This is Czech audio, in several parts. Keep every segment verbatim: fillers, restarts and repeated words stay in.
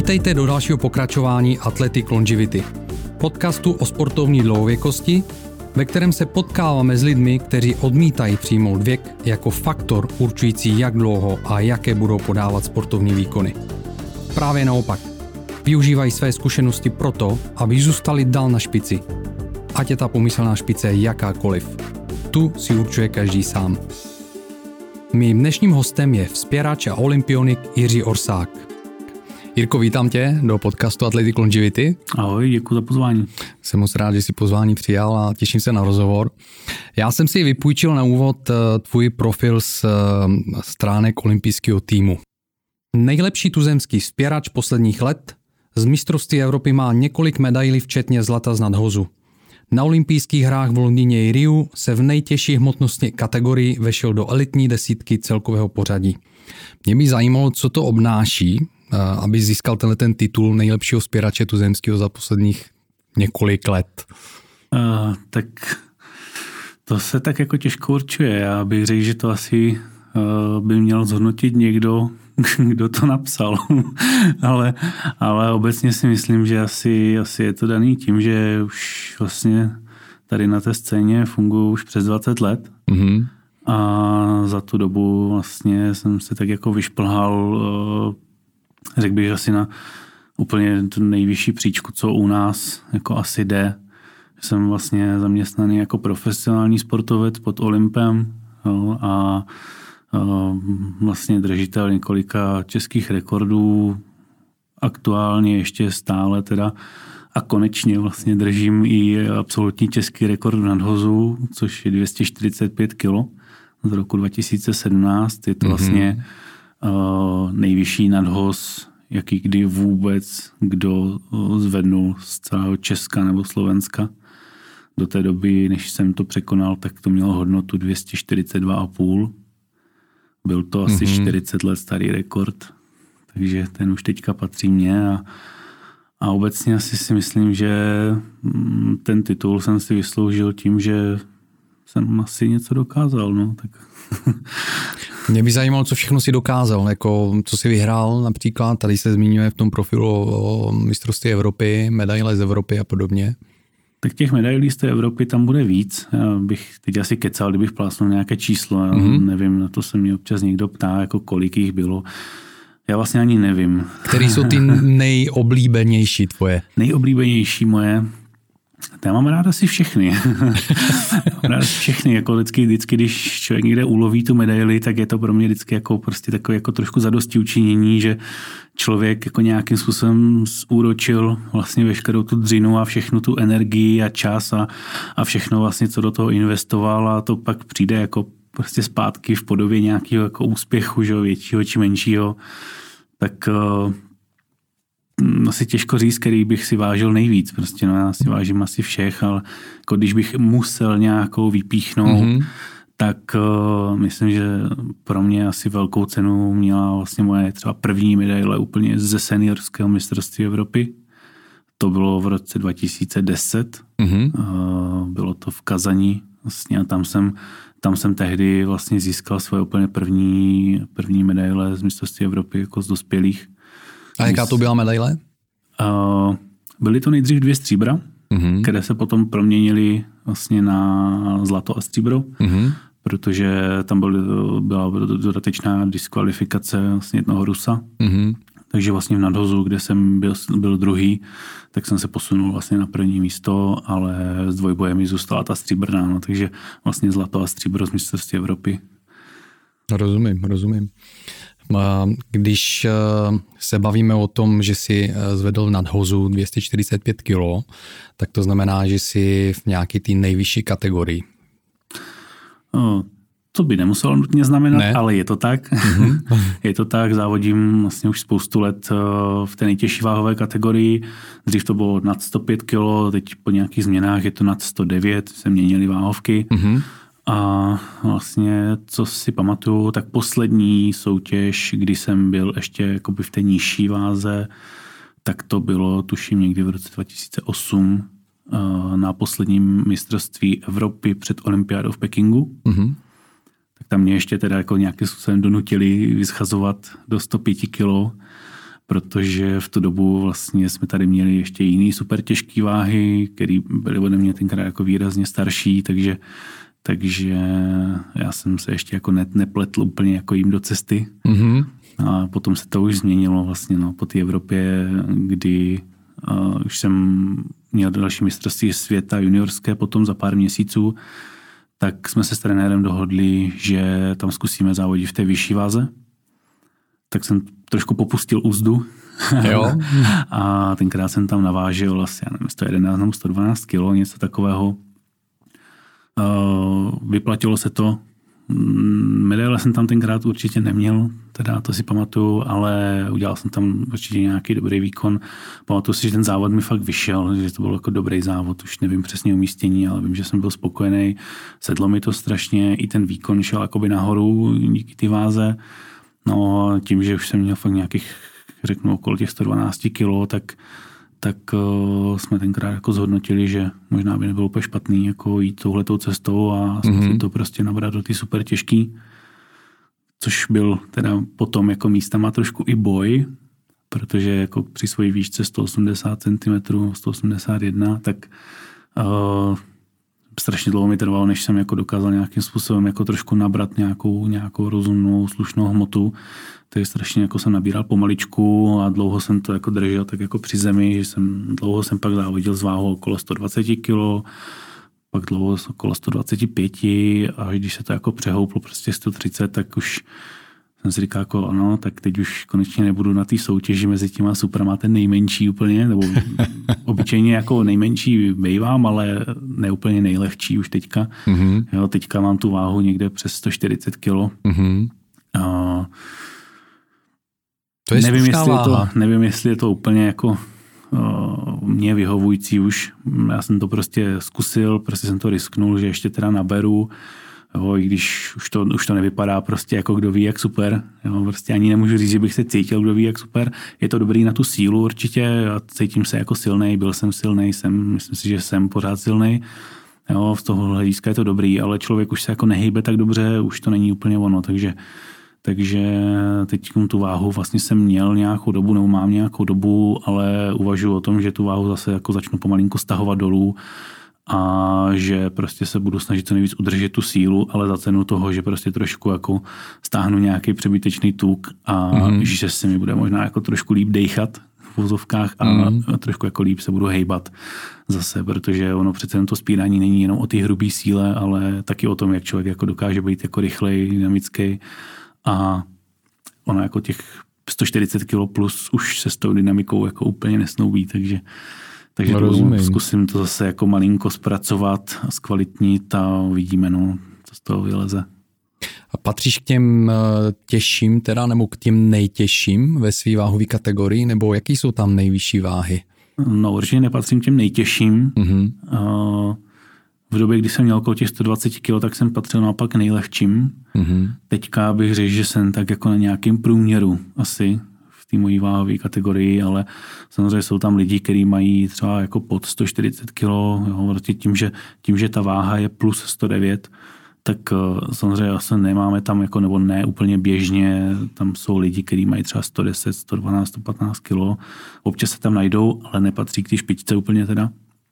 Vítejte do dalšího pokračování Athletic Longevity, podcastu o sportovní dlouhověkosti, ve kterém se potkáváme s lidmi, kteří odmítají přijmout věk jako faktor určující, jak dlouho a jaké budou podávat sportovní výkony. Právě naopak, využívají své zkušenosti proto, aby zůstali dál na špici. Ať je ta pomyslná špice jakákoliv. Tu si určuje každý sám. Mým dnešním hostem je vzpěrač a olympionik Jiří Orsák. Jirko, vítám tě do podcastu Athletic Longevity. Ahoj, děkuji za pozvání. Jsem moc rád, že jsi pozvání přijal a těším se na rozhovor. Já jsem si vypůjčil na úvod tvůj profil z stránek olympijského týmu. Nejlepší tuzemský vzpěrač posledních let, z mistrovství Evropy má několik medailí, včetně zlata z nadhozu. Na olympijských hrách v Londýně i Riu se v nejtěžší hmotnostní kategorii vešel do elitní desítky celkového pořadí. Mě by zajímalo, co to obnáší, aby získal tenhle ten titul nejlepšího vzpěrače tuzemského za posledních několik let. Uh, tak to se tak jako těžko určuje. Já bych řekl, že to asi uh, by měl zhodnotit někdo, kdo to napsal. ale, ale obecně si myslím, že asi, asi je to daný tím, že už vlastně tady na té scéně funguji už přes dvacet let. Mm-hmm. A za tu dobu vlastně jsem se tak jako vyšplhal, uh, řekl bych asi na úplně tu nejvyšší příčku, co u nás jako asi jde. Jsem vlastně zaměstnaný jako profesionální sportovec pod Olympem jo, a vlastně držitel několika českých rekordů, aktuálně ještě stále teda a konečně vlastně držím i absolutní český rekord v nadhozu, což je dvě stě čtyřicet pět kilo z roku dva tisíce sedmnáct. Je to vlastně mm-hmm. uh, nejvyšší nadhoz, jaký kdy vůbec kdo zvednul z celého Česka nebo Slovenska. Do té doby, než jsem to překonal, tak to mělo hodnotu dvě stě čtyřicet dva celá pět. Byl to asi mm-hmm. čtyřicet let starý rekord, takže ten už teďka patří mně a, a obecně asi si myslím, že ten titul jsem si vysloužil tím, že jsem asi něco dokázal. No, tak. Mě by zajímalo, co všechno si dokázal, jako co si vyhrál například, tady se zmiňuje v tom profilu o mistrovství Evropy, medaile z Evropy a podobně. Tak těch medailí z té Evropy tam bude víc. Já bych teď asi kecal, kdybych plásnul nějaké číslo. Já mm-hmm. nevím, na to se mě občas někdo ptá, jako kolik jich bylo. Já vlastně ani nevím. Který jsou ty nejoblíbenější tvoje? Nejoblíbenější moje? Já mám rád asi všechny. mám rád všechny. Jako vždycky, vždycky, když člověk někde uloví tu medaili, tak je to pro mě vždycky jako prostě takové jako trošku zadosti učinění, že člověk jako nějakým způsobem zúročil vlastně veškerou tu dřinu a všechnu tu energii a čas a, a všechno vlastně, co do toho investoval a to pak přijde jako prostě zpátky v podobě nějakého jako úspěchu, že většího či menšího. Tak asi těžko říct, který bych si vážil nejvíc. Prostě no, já si vážím asi všech, ale jako když bych musel nějakou vypíchnout, mm-hmm. tak uh, myslím, že pro mě asi velkou cenu měla vlastně moje třeba první medaile úplně ze seniorského mistrovství Evropy. To bylo v roce dva tisíce deset. Mm-hmm. Uh, bylo to v Kazani vlastně a tam jsem, tam jsem tehdy vlastně získal svoje úplně první, první medaile z mistrovství Evropy jako z dospělých. A jaká to byla medaile? Uh, byly to nejdřív dvě stříbra, mm-hmm. které se potom proměnily vlastně na zlato a stříbro, mm-hmm. protože tam byl, byla dodatečná diskvalifikace vlastně jednoho Rusa. Mm-hmm. Takže vlastně v nadhozu, kde jsem byl, byl druhý, tak jsem se posunul vlastně na první místo, ale s dvojbojem mi zůstala ta stříbrná, no, takže vlastně zlato a stříbro z mistrovství Evropy. Rozumím, rozumím. Když se bavíme o tom, že si zvedl v nadhozu dvě stě čtyřicet pět kilo, tak to znamená, že jsi v nějaké té nejvyšší kategorii. No, to by nemuselo nutně znamenat, ne? Ale je to tak. Mm-hmm. Je to tak, závodím vlastně už spoustu let v té nejtěžší váhové kategorii. Dřív to bylo nad sto pět kilo, teď po nějakých změnách je to nad sto devět, se měnily váhovky. Mm-hmm. A vlastně, co si pamatuju, tak poslední soutěž, kdy jsem byl ještě jakoby v té nižší váze, tak to bylo, tuším, někdy v roce dva tisíce osm na posledním mistrovství Evropy před olympiádou v Pekingu. Mm-hmm. Tak tam mě ještě teda jako nějakým způsobem donutili vyschazovat do sto pět kilo. protože v tu dobu vlastně jsme tady měli ještě jiný super těžký váhy, které byly ode mě tenkrát jako výrazně starší, takže, takže já jsem se ještě jako net, nepletl úplně jako jim do cesty. Mm-hmm. A potom se to už změnilo vlastně no, po té Evropě, kdy uh, už jsem měl další mistrovství světa juniorské potom za pár měsíců, tak jsme se s trenérem dohodli, že tam zkusíme závodit v té vyšší váze. Tak jsem trošku popustil úzdu. Jo. A tenkrát jsem tam navážil asi, já nevím, sto jedenáct nebo sto dvanáct kilo, něco takového. Vyplatilo se to. Medaile jsem tam tenkrát určitě neměl, teda to si pamatuju, ale udělal jsem tam určitě nějaký dobrý výkon. Pamatuju si, že ten závod mi fakt vyšel, že to byl jako dobrý závod, už nevím přesně umístění, ale vím, že jsem byl spokojený. Sedlo mi to strašně, i ten výkon šel jakoby nahoru díky ty váze. No tím, že už jsem měl fakt nějakých, řeknu, okolo těch sto dvanáct kilo, tak, tak uh, jsme tenkrát jako zhodnotili, že možná by nebylo úplně špatný jako jít touhletou cestou a zkusit mm-hmm. to prostě nabrat do ty super těžký. Což byl teda potom jako místama trošku i boj, protože jako při svojí výšce sto osmdesát centimetrů, sto osmdesát jedna, tak uh, strašně dlouho mi trvalo, než jsem jako dokázal nějakým způsobem jako trošku nabrat nějakou, nějakou rozumnou, slušnou hmotu. Takže strašně jako jsem nabíral pomaličku a dlouho jsem to jako držel tak jako při zemi, že jsem dlouho jsem pak závodil s váhou okolo sto dvacet kilo, pak dlouho okolo sto dvacet pět a když se to jako přehouplo prostě sto třicet, tak už jsem si říkal jako ano, tak teď už konečně nebudu na té soutěži mezi těma superma ten nejmenší úplně, nebo obyčejně jako nejmenší bývám, ale ne úplně nejlehčí už teďka. Mm-hmm. Jo, teďka mám tu váhu někde přes sto čtyřicet kilo. Mm-hmm. A to je nevím, jestli je to, nevím, jestli je to úplně jako uh, mě vyhovující už. Já jsem to prostě zkusil, prostě jsem to risknul, že ještě teda naberu. Jo, i když už to, už to nevypadá prostě jako kdo ví jak super. Jo, prostě ani nemůžu říct, že bych se cítil kdo ví jak super. Je to dobrý na tu sílu určitě. Já cítím se jako silnej, byl jsem silnej, jsem, myslím si, že jsem pořád silnej. Jo, z toho hlediska je to dobrý, ale člověk už se jako nehýbe tak dobře, už to není úplně ono, takže Takže teď tu váhu vlastně jsem měl nějakou dobu, nebo mám nějakou dobu, ale uvažuji o tom, že tu váhu zase jako začnu pomalinko stahovat dolů a že prostě se budu snažit co nejvíc udržet tu sílu, ale za cenu toho, že prostě trošku jako stáhnu nějaký přebytečný tuk a mm. že se mi bude možná jako trošku líp dejchat v vozovkách a mm. trošku jako líp se budu hejbat zase, protože ono přece to spírání není jenom o té hrubé síle, ale taky o tom, jak člověk jako dokáže být jako rychlej, dynamický. A ono jako těch sto čtyřicet kilo plus už se s tou dynamikou jako úplně nesnoubí, takže, takže no, zkusím to zase jako malinko zpracovat a zkvalitnit a uvidíme, no, co z toho vyleze. A patříš k těm těžším teda, nebo k těm nejtěžším ve svý váhový kategorii, nebo jaký jsou tam nejvyšší váhy? No určitě nepatřím k těm nejtěžším. Mm-hmm. Uh, V době, kdy jsem měl okolo těch sto dvacet kilo, tak jsem patřil naopak nejlehčím. Mm-hmm. Teďka bych řekl, že jsem tak jako na nějakém průměru asi v té mojí váhové kategorii, ale samozřejmě jsou tam lidi, kteří mají třeba jako pod sto čtyřicet kilo. Jo, tím, že, tím, že ta váha je plus sto devět, tak samozřejmě asi nemáme tam jako, nebo ne úplně běžně, tam jsou lidi, kteří mají třeba sto deset, sto dvanáct, sto patnáct kilo. Občas se tam najdou, ale nepatří k té špičce úplně teda.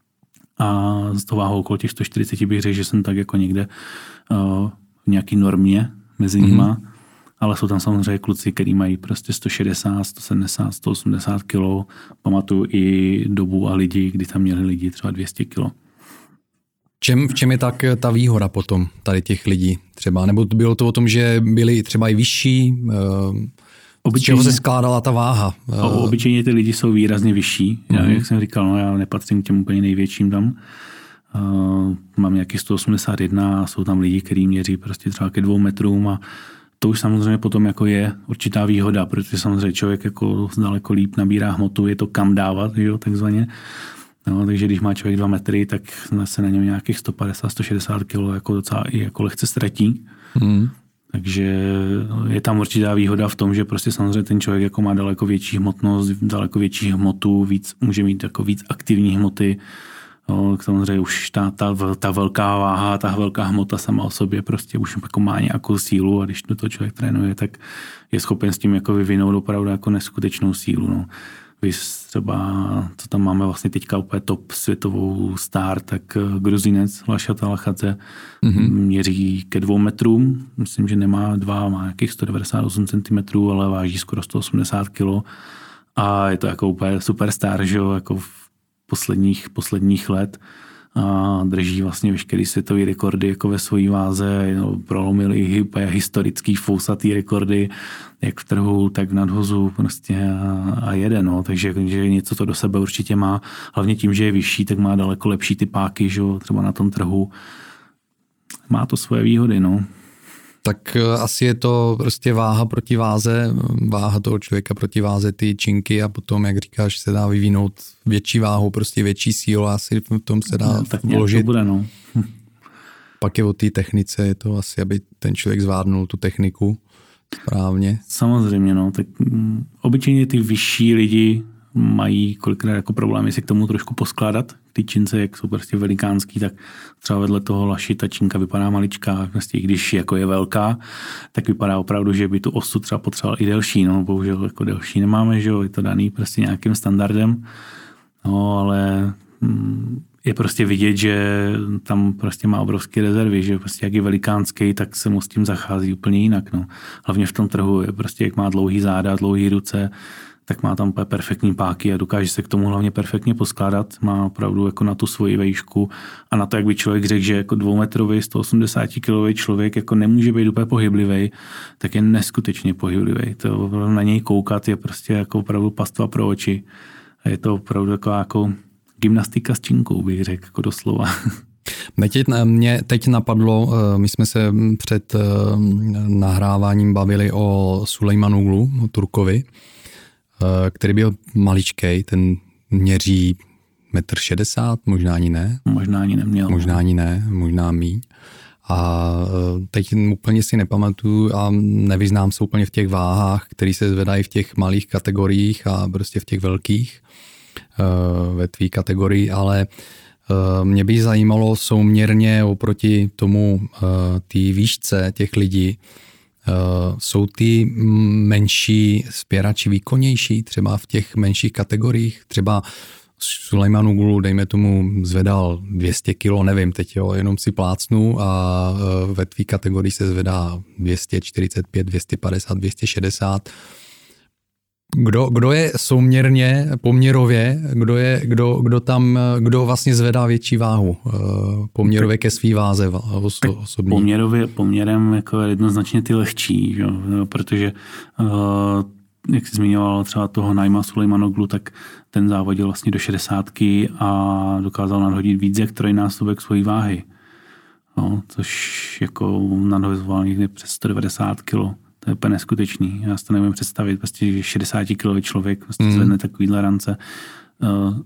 A z toho váhou okolo těch sto čtyřicet bych řekl, že jsem tak jako někde uh, v nějaký normě mezi nima, mm-hmm. ale jsou tam samozřejmě kluci, kteří mají prostě sto šedesát, sto sedmdesát, sto osmdesát kilo. Pamatuju i dobu a lidi, kdy tam měli lidi třeba dvě stě kilo. Čem, v čem je tak ta výhoda potom tady těch lidí třeba? Nebo bylo to o tom, že byli třeba i vyšší? Uh... Z čeho se skládala ta váha? O, obyčejně ty lidi jsou výrazně vyšší. Já, mm. jak jsem říkal, no, já nepatřím k těm úplně největším tam. Uh, mám nějaký sto osmdesát jedna a jsou tam lidi, kteří měří prostě třeba ke dvou metrům a to už samozřejmě potom jako je určitá výhoda, protože samozřejmě člověk jako daleko líp nabírá hmotu, je to kam dávat, jo, takzvaně. No, takže když má člověk dva metry, tak se na něm nějakých sto padesát, sto šedesát kilo jako docela i jako lehce ztratí. Mm. Takže je tam určitá výhoda v tom, že prostě samozřejmě ten člověk jako má daleko větší hmotnost, daleko větší hmotu, víc, může mít jako víc aktivní hmoty, Jo, samozřejmě už ta, ta, ta velká váha, ta velká hmota sama o sobě prostě už jako má nějakou sílu a když to, to člověk trénuje, tak je schopen s tím jako vyvinout opravdu jako neskutečnou sílu. No. Víš třeba, co tam máme vlastně teďka úplně top světovou star, tak Gruzinec Lashat Alachadze mm-hmm. měří ke dvou metrům, myslím, že nemá dva, má nějakých sto devadesát osm centimetrů, ale váží skoro sto osmdesát kilo a je to jako úplně superstar, že jo, jako v posledních, posledních let a drží vlastně veškerý světový rekordy jako ve svojí váze, no, prolomil i historický fousatý rekordy, jak v trhu, tak v nadhozu prostě a, a jede, no, takže že něco to do sebe určitě má, hlavně tím, že je vyšší, tak má daleko lepší ty páky, že jo, třeba na tom trhu, má to svoje výhody, no. Tak asi je to prostě váha proti váze, váha toho člověka proti váze ty činky a potom, jak říkáš, se dá vyvinout větší váhu, prostě větší sílu, asi v tom se dá no, tak vložit. To bude, no. Hm. Pak je o té technice, je to asi, aby ten člověk zvládnul tu techniku správně. Samozřejmě, no, tak m, obyčejně ty vyšší lidi mají kolikrát jako problémy si k tomu trošku poskládat. Ty čince, jak jsou prostě velikánský, tak třeba vedle toho Laši ta činka vypadá maličká. Prostě, když jako je velká, tak vypadá opravdu, že by tu osu třeba potřeboval i delší. No, bohužel jako delší nemáme, že jo, je to daný prostě nějakým standardem. No, ale je prostě vidět, že tam prostě má obrovské rezervy, že prostě jak je velikánský, tak se mu s tím zachází úplně jinak. No. Hlavně v tom trhu je prostě, jak má dlouhý záda, dlouhý ruce, tak má tam perfektní páky a dokáže se k tomu hlavně perfektně poskládat. Má opravdu jako na tu svoji vejšku a na to, jak by člověk řekl, že jako dvoumetrový, sto osmdesát kilový člověk jako nemůže být úplně pohyblivý, tak je neskutečně pohyblivý. To na něj koukat je prostě jako opravdu pastva pro oči. A je to opravdu jako, jako gymnastika s činkou, bych řekl, jako doslova. Mě teď, mě teď napadlo, my jsme se před nahráváním bavili o Sulejmanoglu, o Turkovi, který byl maličkej, ten měří metr šedesát, možná ani ne. Možná ani neměl. Možná ani ne, možná míň. A teď úplně si nepamatuju a nevyznám se úplně v těch váhách, které se zvedají v těch malých kategoriích a prostě v těch velkých ve tvý kategorii, ale mě by zajímalo souměrně oproti tomu té výšce těch lidí, jsou ty menší spěrači výkonnější třeba v těch menších kategoriích, třeba Sulejmanoglu, dejme tomu, zvedal dvě stě kilo, nevím teď, jo, jenom si plácnu a ve tvý kategorii se zvedá dvě stě čtyřicet pět, dvě stě padesát, dvě stě šedesát. Kdo, kdo je souměrně, poměrově, kdo, je, kdo, kdo tam, kdo vlastně zvedá větší váhu poměrově ke svý váze osobní? Poměrově, poměrem jako jednoznačně ty lehčí, jo, protože jak jsi zmiňoval třeba toho Naima Sulejmanoglu, tak ten závodil vlastně do šedesátky a dokázal nadhodit víc jak trojnásobek svojí váhy. No, což jako nadhozoval někdy přes sto devadesát kilo. To je úplně neskutečný. Já si to nevím představit. Prostě, že šedesátikilový člověk prostě mm. zvedne takovýhle rance. Uh,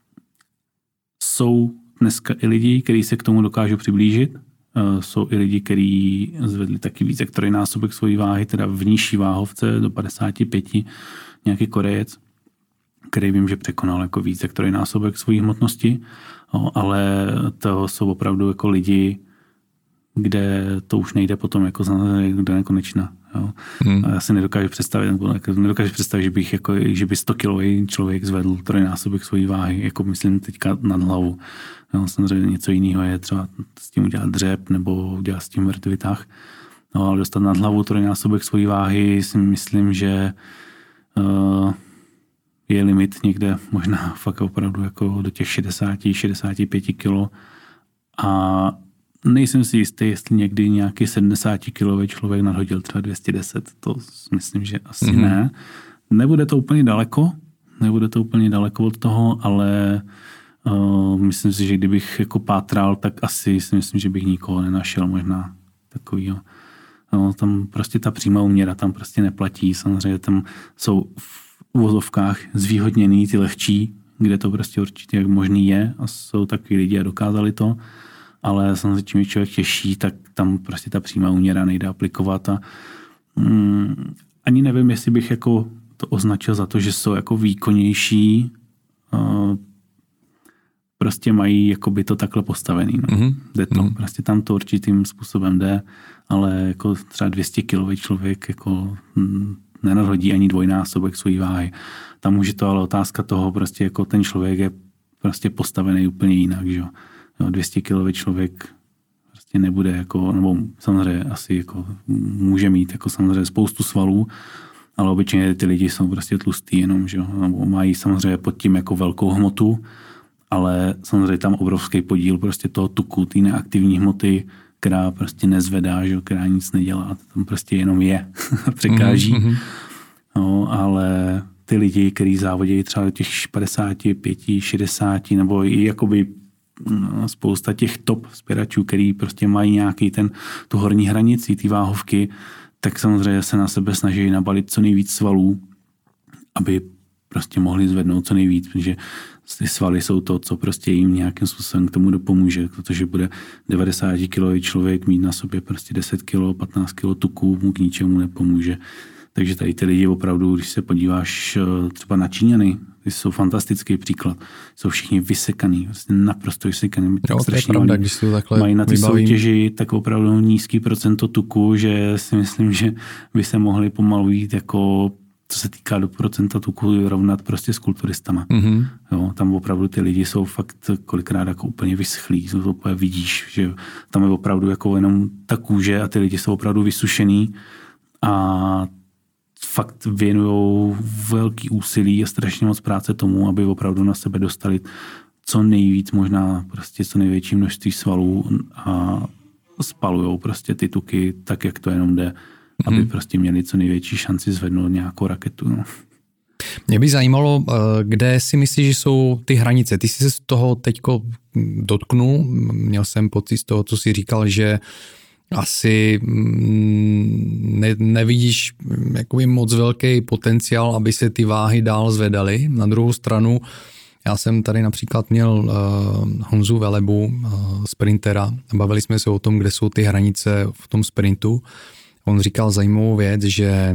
jsou dneska i lidi, kteří se k tomu dokážou přiblížit. Uh, jsou i lidi, kteří zvedli taky víc jak trojnásobek svojí váhy, teda v nižší váhovce do padesát pět, nějaký Korejec, který vím, že překonal jako víc jak trojnásobek svojí hmotnosti. No, ale to jsou opravdu jako lidi, kde to už nejde potom jako do nekonečna. Jo. Hmm. A já si nedokážu představit, nedokážu představit, že bych jako, že by sto kilový člověk zvedl trojnásobek svojí váhy, jako myslím teďka nad hlavu. Jo, samozřejmě něco jiného je třeba s tím udělat dřep nebo udělat s tím mrtvý tah. No, ale dostat nad hlavu trojnásobek svojí váhy si myslím, že uh, je limit někde možná fakt opravdu jako do těch šedesát šedesát pět kilo. A nejsem si jistý, jestli někdy nějaký sedmdesátikilový člověk nadhodil třeba dvě stě deset. To myslím, že asi mm-hmm. ne. Nebude to úplně daleko, nebude to úplně daleko od toho, ale uh, myslím si, že kdybych jako pátral, tak asi si myslím, že bych nikoho nenašel možná takovýho. No, tam prostě ta přímá úměra tam prostě neplatí. Samozřejmě tam jsou v uvozovkách zvýhodněný ty lehčí, kde to prostě určitě jak možný je a jsou takový lidi a dokázali to. Ale samozřejmě, čím je člověk těžší, tak tam prostě ta přímá úměra nejde aplikovat a mm, ani nevím, jestli bych jako to označil za to, že jsou jako výkonnější. Uh, prostě mají jakoby to takhle postavený. No. Mm-hmm. Jde to, mm-hmm. prostě tam to určitým způsobem jde, ale jako třeba dvě stě kilový člověk jako hm, nenadhodí ani dvojnásobek svojí váhy. Tam už je to ale otázka toho, prostě jako ten člověk je prostě postavený úplně jinak, že jo. dvě stě kilový člověk prostě nebude jako, nebo samozřejmě asi jako může mít jako samozřejmě spoustu svalů, ale obyčejně ty lidi jsou prostě tlustý jenom, že jo. Mají samozřejmě pod tím jako velkou hmotu, ale samozřejmě tam obrovský podíl prostě toho tuku, té neaktivní hmoty, která prostě nezvedá, že jo, která nic nedělá, tam prostě jenom je, překáží. Mm-hmm. No, ale ty lidi, kteří závodí třeba do těch padesát pět, šedesát, nebo i jakoby no, spousta těch top spěračů, který prostě mají nějaký ten, tu horní hranici, ty váhovky, tak samozřejmě se na sebe snaží nabalit co nejvíc svalů, aby prostě mohli zvednout co nejvíc, protože ty svaly jsou to, co prostě jim nějakým způsobem k tomu dopomůže, protože bude devadesátikilový člověk mít na sobě prostě deset kilo, patnáct kilo tuku, mu k ničemu nepomůže. Takže tady ty lidi opravdu, když se podíváš třeba na Číňany, ty jsou fantastický příklad. Jsou všichni vysekaný, vlastně naprosto vysekaný. Jo, to je pravda, když si to takhle mají na ty vybavím. Soutěži tak opravdu nízký procento tuku, že si myslím, že by se mohli pomalu jít jako, co se týká do procenta tuku, rovnat prostě s kulturistama. Mm-hmm. Jo, tam opravdu ty lidi jsou fakt kolikrát jako úplně vyschlí, to úplně vidíš, že tam je opravdu jako jenom ta kůže a ty lidi jsou opravdu vysušený a fakt věnujou velký úsilí a strašně moc práce tomu, aby opravdu na sebe dostali co nejvíc, možná prostě co největší množství svalů a spalujou prostě ty tuky tak, jak to jenom jde, aby hmm. prostě měli co největší šanci zvednout nějakou raketu. No. Mě by zajímalo, kde si myslíš, že jsou ty hranice. Ty jsi se z toho teďko dotknul, měl jsem pocit z toho, co jsi říkal, že asi ne, nevidíš jakoby moc velký potenciál, aby se ty váhy dál zvedaly. Na druhou stranu, já jsem tady například měl uh, Honzu Velebu, uh, sprintera, bavili jsme se o tom, kde jsou ty hranice v tom sprintu. On říkal zajímavou věc, že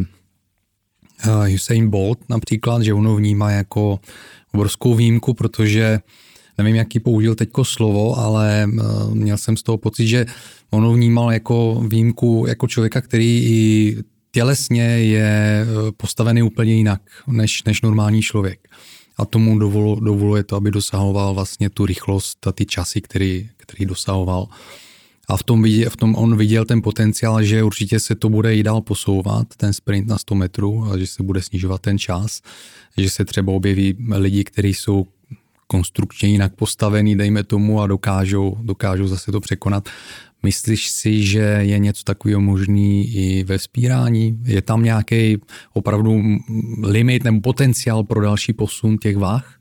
uh, Usain Bolt například, že ono vnímá jako obrovskou výjimku, protože nevím, jaký použil teďko slovo, ale uh, měl jsem z toho pocit, že ono vnímal jako výjimku jako člověka, který i tělesně je postavený úplně jinak než, než normální člověk. A tomu dovol, dovoluje to, aby dosahoval vlastně tu rychlost a ty časy, který, který dosahoval. A v tom, viděl, v tom on viděl ten potenciál, že určitě se to bude i dál posouvat, ten sprint na sto metrů, a že se bude snižovat ten čas, že se třeba objeví lidi, kteří jsou konstrukčně jinak postavený, dejme tomu, a dokážou, dokážou zase to překonat. Myslíš si, že je něco takového možný i ve vzpírání? Je tam nějaký opravdu limit nebo potenciál pro další posun těch váh?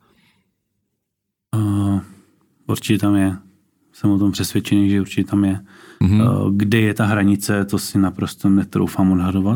Uh, určitě tam je. Jsem o tom přesvědčený, že určitě tam je. Mm-hmm. Uh, kde je ta hranice, to si naprosto netroufám odhadovat.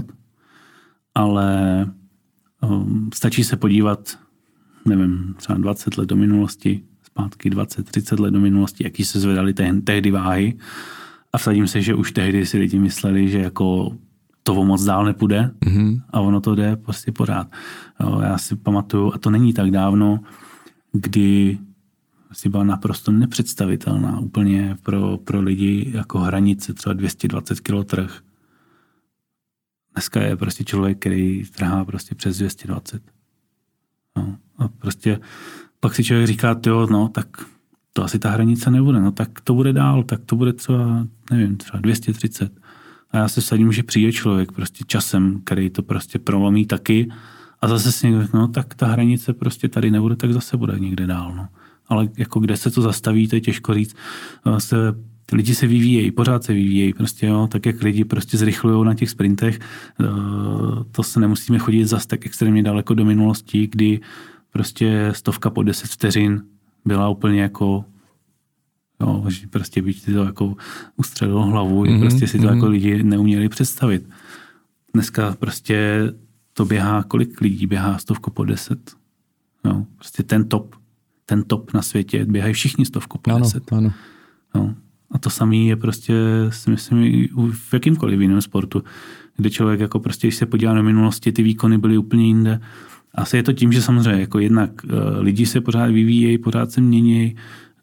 Ale um, stačí se podívat, nevím, třeba dvacet let do minulosti, zpátky dvacet třicet let do minulosti, jaký se zvedaly tehdy váhy. A vsadím se, že už tehdy si lidi mysleli, že jako to moc dál nepůjde mm-hmm. a ono to jde prostě pořád. Jo, já si pamatuju, a to není tak dávno, kdy si byla naprosto nepředstavitelná úplně pro, pro lidi jako hranice třeba dvě stě dvacet kilo trh. Dneska je prostě člověk, který trhá prostě přes dvě stě dvacet. No, a prostě pak si člověk říká, jo, no tak to asi ta hranice nebude, no tak to bude dál, tak to bude třeba, nevím, třeba dvě stě třicet. A já se vsadím, že přijde člověk prostě časem, který to prostě prolomí taky a zase si někdo, no tak ta hranice prostě tady nebude, tak zase bude někde dál, no. Ale jako kde se to zastaví, to je těžko říct. Se, lidi se vyvíjejí, pořád se vyvíjejí, prostě jo, tak jak lidi prostě zrychlujou na těch sprintech, to se nemusíme chodit zas tak extrémně daleko do minulosti, kdy prostě stovka po deset vteřin byla úplně jako, jo, že prostě by ti to jako ustřelilo hlavu, mm-hmm, prostě si to mm-hmm. jako lidi neuměli představit. Dneska prostě to běhá, kolik lidí běhá stovku po deset. Jo, prostě ten top, ten top na světě, běhají všichni stovku po ano, deset. Ano. Jo. A to samé je prostě, si myslím, v jakýmkoliv jiném sportu, kde člověk jako prostě, když se podívá na minulosti, ty výkony byly úplně jinde. Asi je to tím, že samozřejmě jako jednak lidi se pořád vyvíjejí, pořád se mění,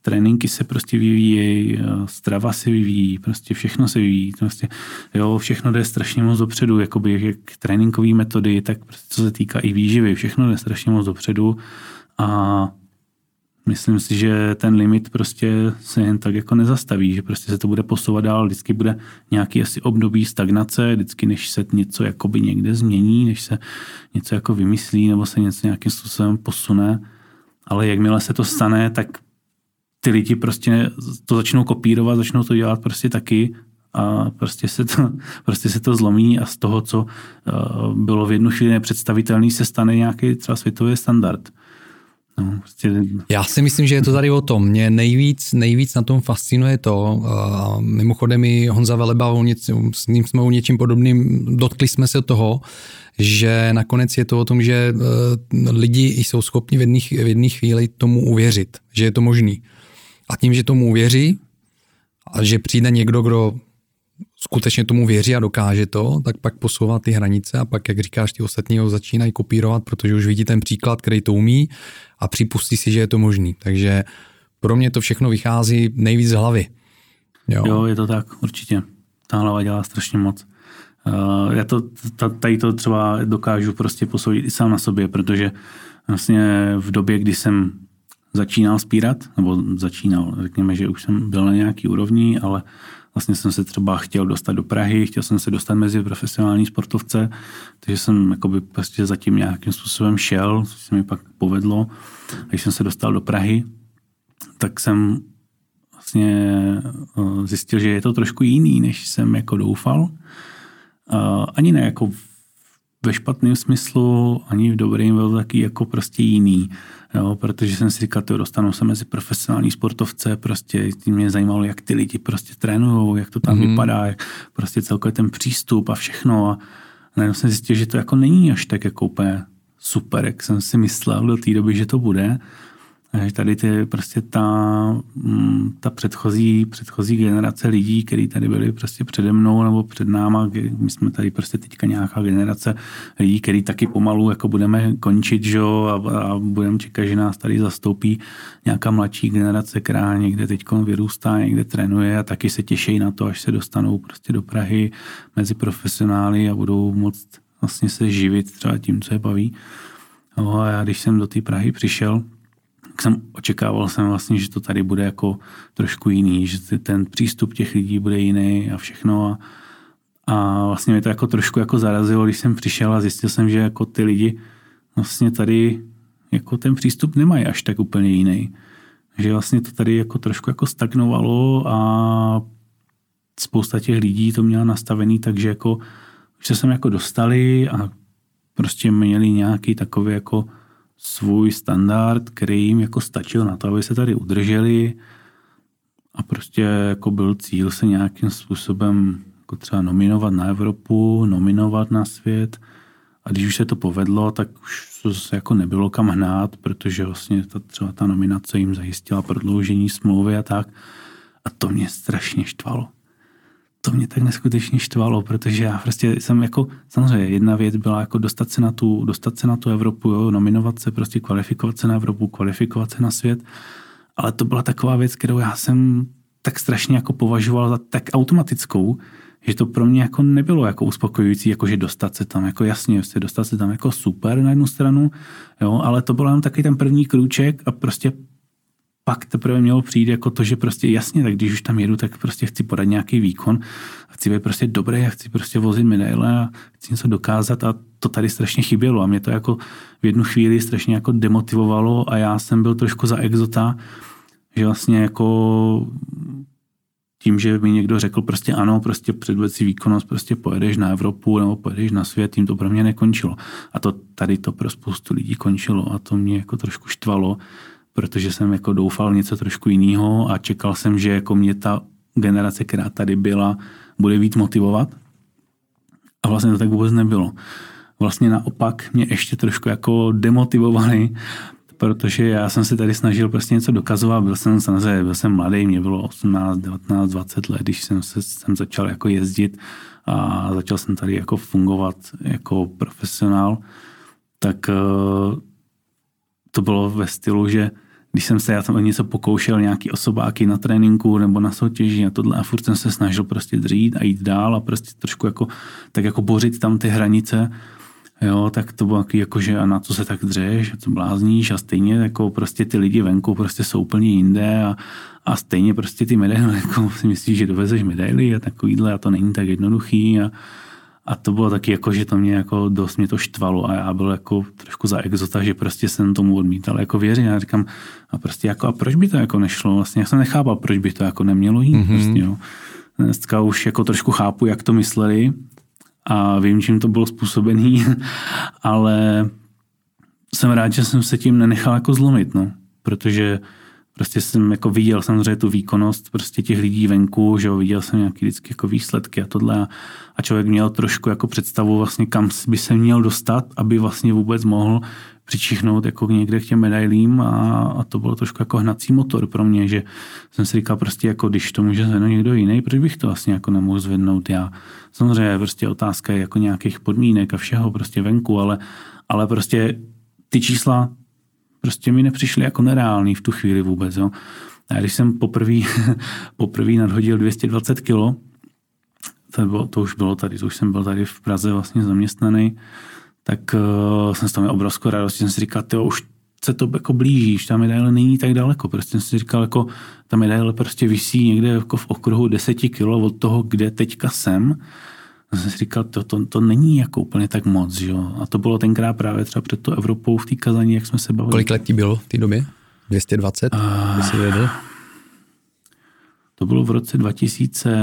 tréninky se prostě vyvíjejí, strava se vyvíjí, prostě všechno se vyvíjí. Prostě, jo, všechno jde strašně moc dopředu, jakoby jak tréninkové metody, tak prostě co se týká i výživy, všechno jde strašně moc dopředu a myslím si, že ten limit prostě se jen tak jako nezastaví, že prostě se to bude posouvat dál, vždycky bude nějaký asi období stagnace, vždycky než se něco jakoby někde změní, než se něco jako vymyslí nebo se něco nějakým způsobem posune, ale jakmile se to stane, tak ty lidi prostě to začnou kopírovat, začnou to dělat prostě taky a prostě se to, prostě se to zlomí a z toho, co bylo v jednu chvíli nepředstavitelný, se stane nějaký třeba světový standard. No, prostě... Já si myslím, že je to tady o tom. Mě nejvíc, nejvíc na tom fascinuje to, uh, mimochodem i Honza Veleba, s ním jsme o něčím podobným, dotkli jsme se toho, že nakonec je to o tom, že uh, lidi jsou schopni v jedné v jedné chvíli tomu uvěřit, že je to možný. A tím, že tomu uvěří a že přijde někdo, kdo skutečně tomu věří a dokáže to, tak pak posouvá ty hranice a pak, jak říkáš, ty ostatní ho začínají kopírovat, protože už vidí ten příklad, který to umí a připustí si, že je to možný. Takže pro mě to všechno vychází nejvíc z hlavy. Jo, jo je to tak, určitě. Ta hlava dělá strašně moc. Uh, já to, tady to třeba dokážu prostě posoudit i sám na sobě, protože vlastně v době, kdy jsem začínal spírat, nebo začínal, řekněme, že už jsem byl na nějaký úrovni, ale vlastně jsem se třeba chtěl dostat do Prahy, chtěl jsem se dostat mezi profesionální sportovce, takže jsem jakoby prostě zatím nějakým způsobem šel, což se mi pak povedlo. A když jsem se dostal do Prahy, tak jsem vlastně zjistil, že je to trošku jiný, než jsem jako doufal. Ani ne jako ve špatném smyslu, ani v dobrém, byl taky jako prostě jiný. Jo, protože jsem si říkal, to dostanu se mezi profesionální sportovce, prostě mě zajímalo, jak ty lidi prostě trénujou, jak to tam mm-hmm. vypadá, jak prostě celkově ten přístup a všechno. A najednou jsem zjistil, že to jako není až tak jako úplně super, jak jsem si myslel do té doby, že to bude. A že tady ty prostě ta, ta předchozí, předchozí generace lidí, kteří tady byli prostě přede mnou nebo před náma, my jsme tady prostě teďka nějaká generace lidí, který taky pomalu jako budeme končit, že? A, a budeme čekat, že nás tady zastoupí nějaká mladší generace, která někde teď vyrůstá, někde trénuje a taky se těší na to, až se dostanou prostě do Prahy mezi profesionály a budou moct vlastně se živit třeba tím, co je baví. No a já, když jsem do té Prahy přišel, tak jsem očekával jsem vlastně, že to tady bude jako trošku jiný, že ten přístup těch lidí bude jiný a všechno. A, a vlastně mě to jako trošku jako zarazilo, když jsem přišel a zjistil jsem, že jako ty lidi vlastně tady jako ten přístup nemají až tak úplně jiný. Že vlastně to tady jako trošku jako stagnovalo a spousta těch lidí to měla nastavený, takže jako už se sem jako dostali a prostě měli nějaký takový jako svůj standard, který jim jako stačil na to, aby se tady udrželi a prostě jako byl cíl se nějakým způsobem jako třeba nominovat na Evropu, nominovat na svět a když už se to povedlo, tak už to se jako nebylo kam hnát, protože vlastně ta, třeba ta nominace jim zajistila prodloužení smlouvy a tak a to mě strašně štvalo. To mě tak neskutečně štvalo, protože já prostě jsem jako, samozřejmě jedna věc byla jako dostat se na tu, dostat se na tu Evropu, jo, nominovat se, prostě kvalifikovat se na Evropu, kvalifikovat se na svět, ale to byla taková věc, kterou já jsem tak strašně jako považoval za tak automatickou, že to pro mě jako nebylo jako uspokojující, jakože dostat se tam, jako jasně, dostat se tam jako super na jednu stranu, jo, ale to byl jen taky ten první krůček a prostě pak teprve mělo přijít jako to, že prostě jasně, tak když už tam jedu, tak prostě chci podat nějaký výkon, chci být prostě dobrý, já chci prostě vozit medaile a chci něco dokázat a to tady strašně chybělo a mě to jako v jednu chvíli strašně jako demotivovalo a já jsem byl trošku za exota, že vlastně jako tím, že mi někdo řekl prostě ano, prostě předved si výkonnost, prostě pojedeš na Evropu nebo pojedeš na svět, tím to pro mě nekončilo. A to tady to pro spoustu lidí končilo a to mě jako trošku štvalo, protože jsem jako doufal něco trošku jiného a čekal jsem, že jako mě ta generace, která tady byla, bude víc motivovat. A vlastně to tak vůbec nebylo. Vlastně naopak mě ještě trošku jako demotivovali, protože já jsem se tady snažil prostě něco dokazovat. Byl jsem samozřejmě, byl jsem mladý, mě bylo osmnáct, devatenáct, dvacet let, když jsem, se, jsem začal jako jezdit a začal jsem tady jako fungovat jako profesionál, tak to bylo ve stylu, že když jsem se já tam něco pokoušel, nějaký osobáky na tréninku nebo na soutěži a tohle a furt jsem se snažil prostě dřít a jít dál a prostě trošku jako, tak jako bořit tam ty hranice, jo, tak to bylo takový jako, že a na co se tak dřeš, co blázníš a stejně jako prostě ty lidi venku prostě jsou úplně jinde a, a stejně prostě ty medaily, jako si myslíš, že dovezeš medaily a takovýhle a to není tak jednoduchý a A to bylo taky jako, že to mě jako dost mě to štvalo a já byl jako trošku za exota, že prostě jsem tomu odmítal jako věřit. Já říkám, a prostě jako, a proč by to jako nešlo? Vlastně já jsem nechápal, proč by to jako nemělo jít. Mm-hmm. Prostě, jo. Dneska už jako trošku chápu, jak to mysleli a vím, čím to bylo způsobený, ale jsem rád, že jsem se tím nenechal jako zlomit, no. Protože prostě jsem jako viděl samozřejmě tu výkonnost prostě těch lidí venku, že jo, viděl jsem nějaký vždycky jako výsledky a tohle a člověk měl trošku jako představu vlastně, kam by se měl dostat, aby vlastně vůbec mohl přičichnout jako někde k těm medailím a, a to bylo trošku jako hnací motor pro mě, že jsem si říkal prostě jako, když to může zvednout někdo jiný, proč bych to vlastně jako nemohl zvednout já. Samozřejmě prostě otázka je jako nějakých podmínek a všeho prostě venku, ale, ale prostě ty čísla prostě mi nepřišly jako nereální v tu chvíli vůbec. Jo. A když jsem poprvé poprvé nadhodil dvě stě dvacet kilo, to, bylo, to už bylo tady, to už jsem byl tady v Praze vlastně zaměstnaný, tak uh, jsem z toho měl obrovskou radost, jsem si říkal, tyjo, už se to jako blížíš, ta medaile není tak daleko. Prostě jsem si říkal, jako ta medaile prostě visí někde jako v okruhu deset kilo od toho, kde teďka jsem. A jsem si říkal, to, to, to není jako úplně tak moc, že jo. A to bylo tenkrát právě třeba před tou Evropou v té Kazani, jak jsme se bavili. Kolik let ti bylo v té době? dvě stě dvacet? Uh, jsi věděl? To bylo v roce dva tisíce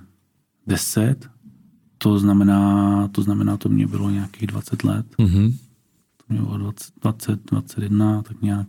deset, to znamená, to znamená, to mě bylo nějakých dvacet let. Mm-hmm. To mě bylo dvacet, dvacet, dvacet jedna, tak nějak.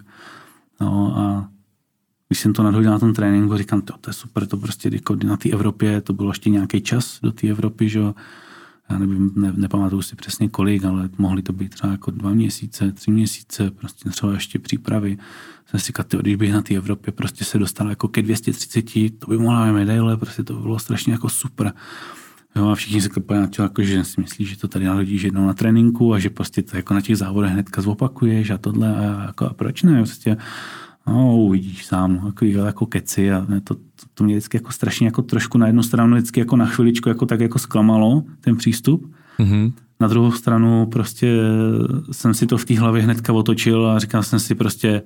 No a když jsem to nadhodil na tom tréninku, říkám, to, to je super, to prostě jako na té Evropě, to bylo ještě nějaký čas do té Evropy, že já nevím, ne, nepamatuju si přesně kolik, ale mohly to být třeba jako dva měsíce, tři měsíce, prostě třeba ještě přípravy. Jsem si říkal, tyjo, když bych na té Evropě prostě se dostal jako ke dvě stě třicet, to by mohla být medaile, prostě to by bylo strašně jako super. Jo, a všichni se klepají na to, jako, že si myslí, že to tady nahodíš jednou na tréninku a že prostě to jako na těch závodech hnedka zopakuješ a tohle a, jako, a proč ne? Prostě, no, uvidíš sám, no, jako, jako keci a to, to, to mě vždycky jako strašně jako trošku na jednu stranu vždycky jako na chviličku jako tak jako zklamalo ten přístup. Mm-hmm. Na druhou stranu prostě jsem si to v té hlavě hnedka otočil a říkal jsem si prostě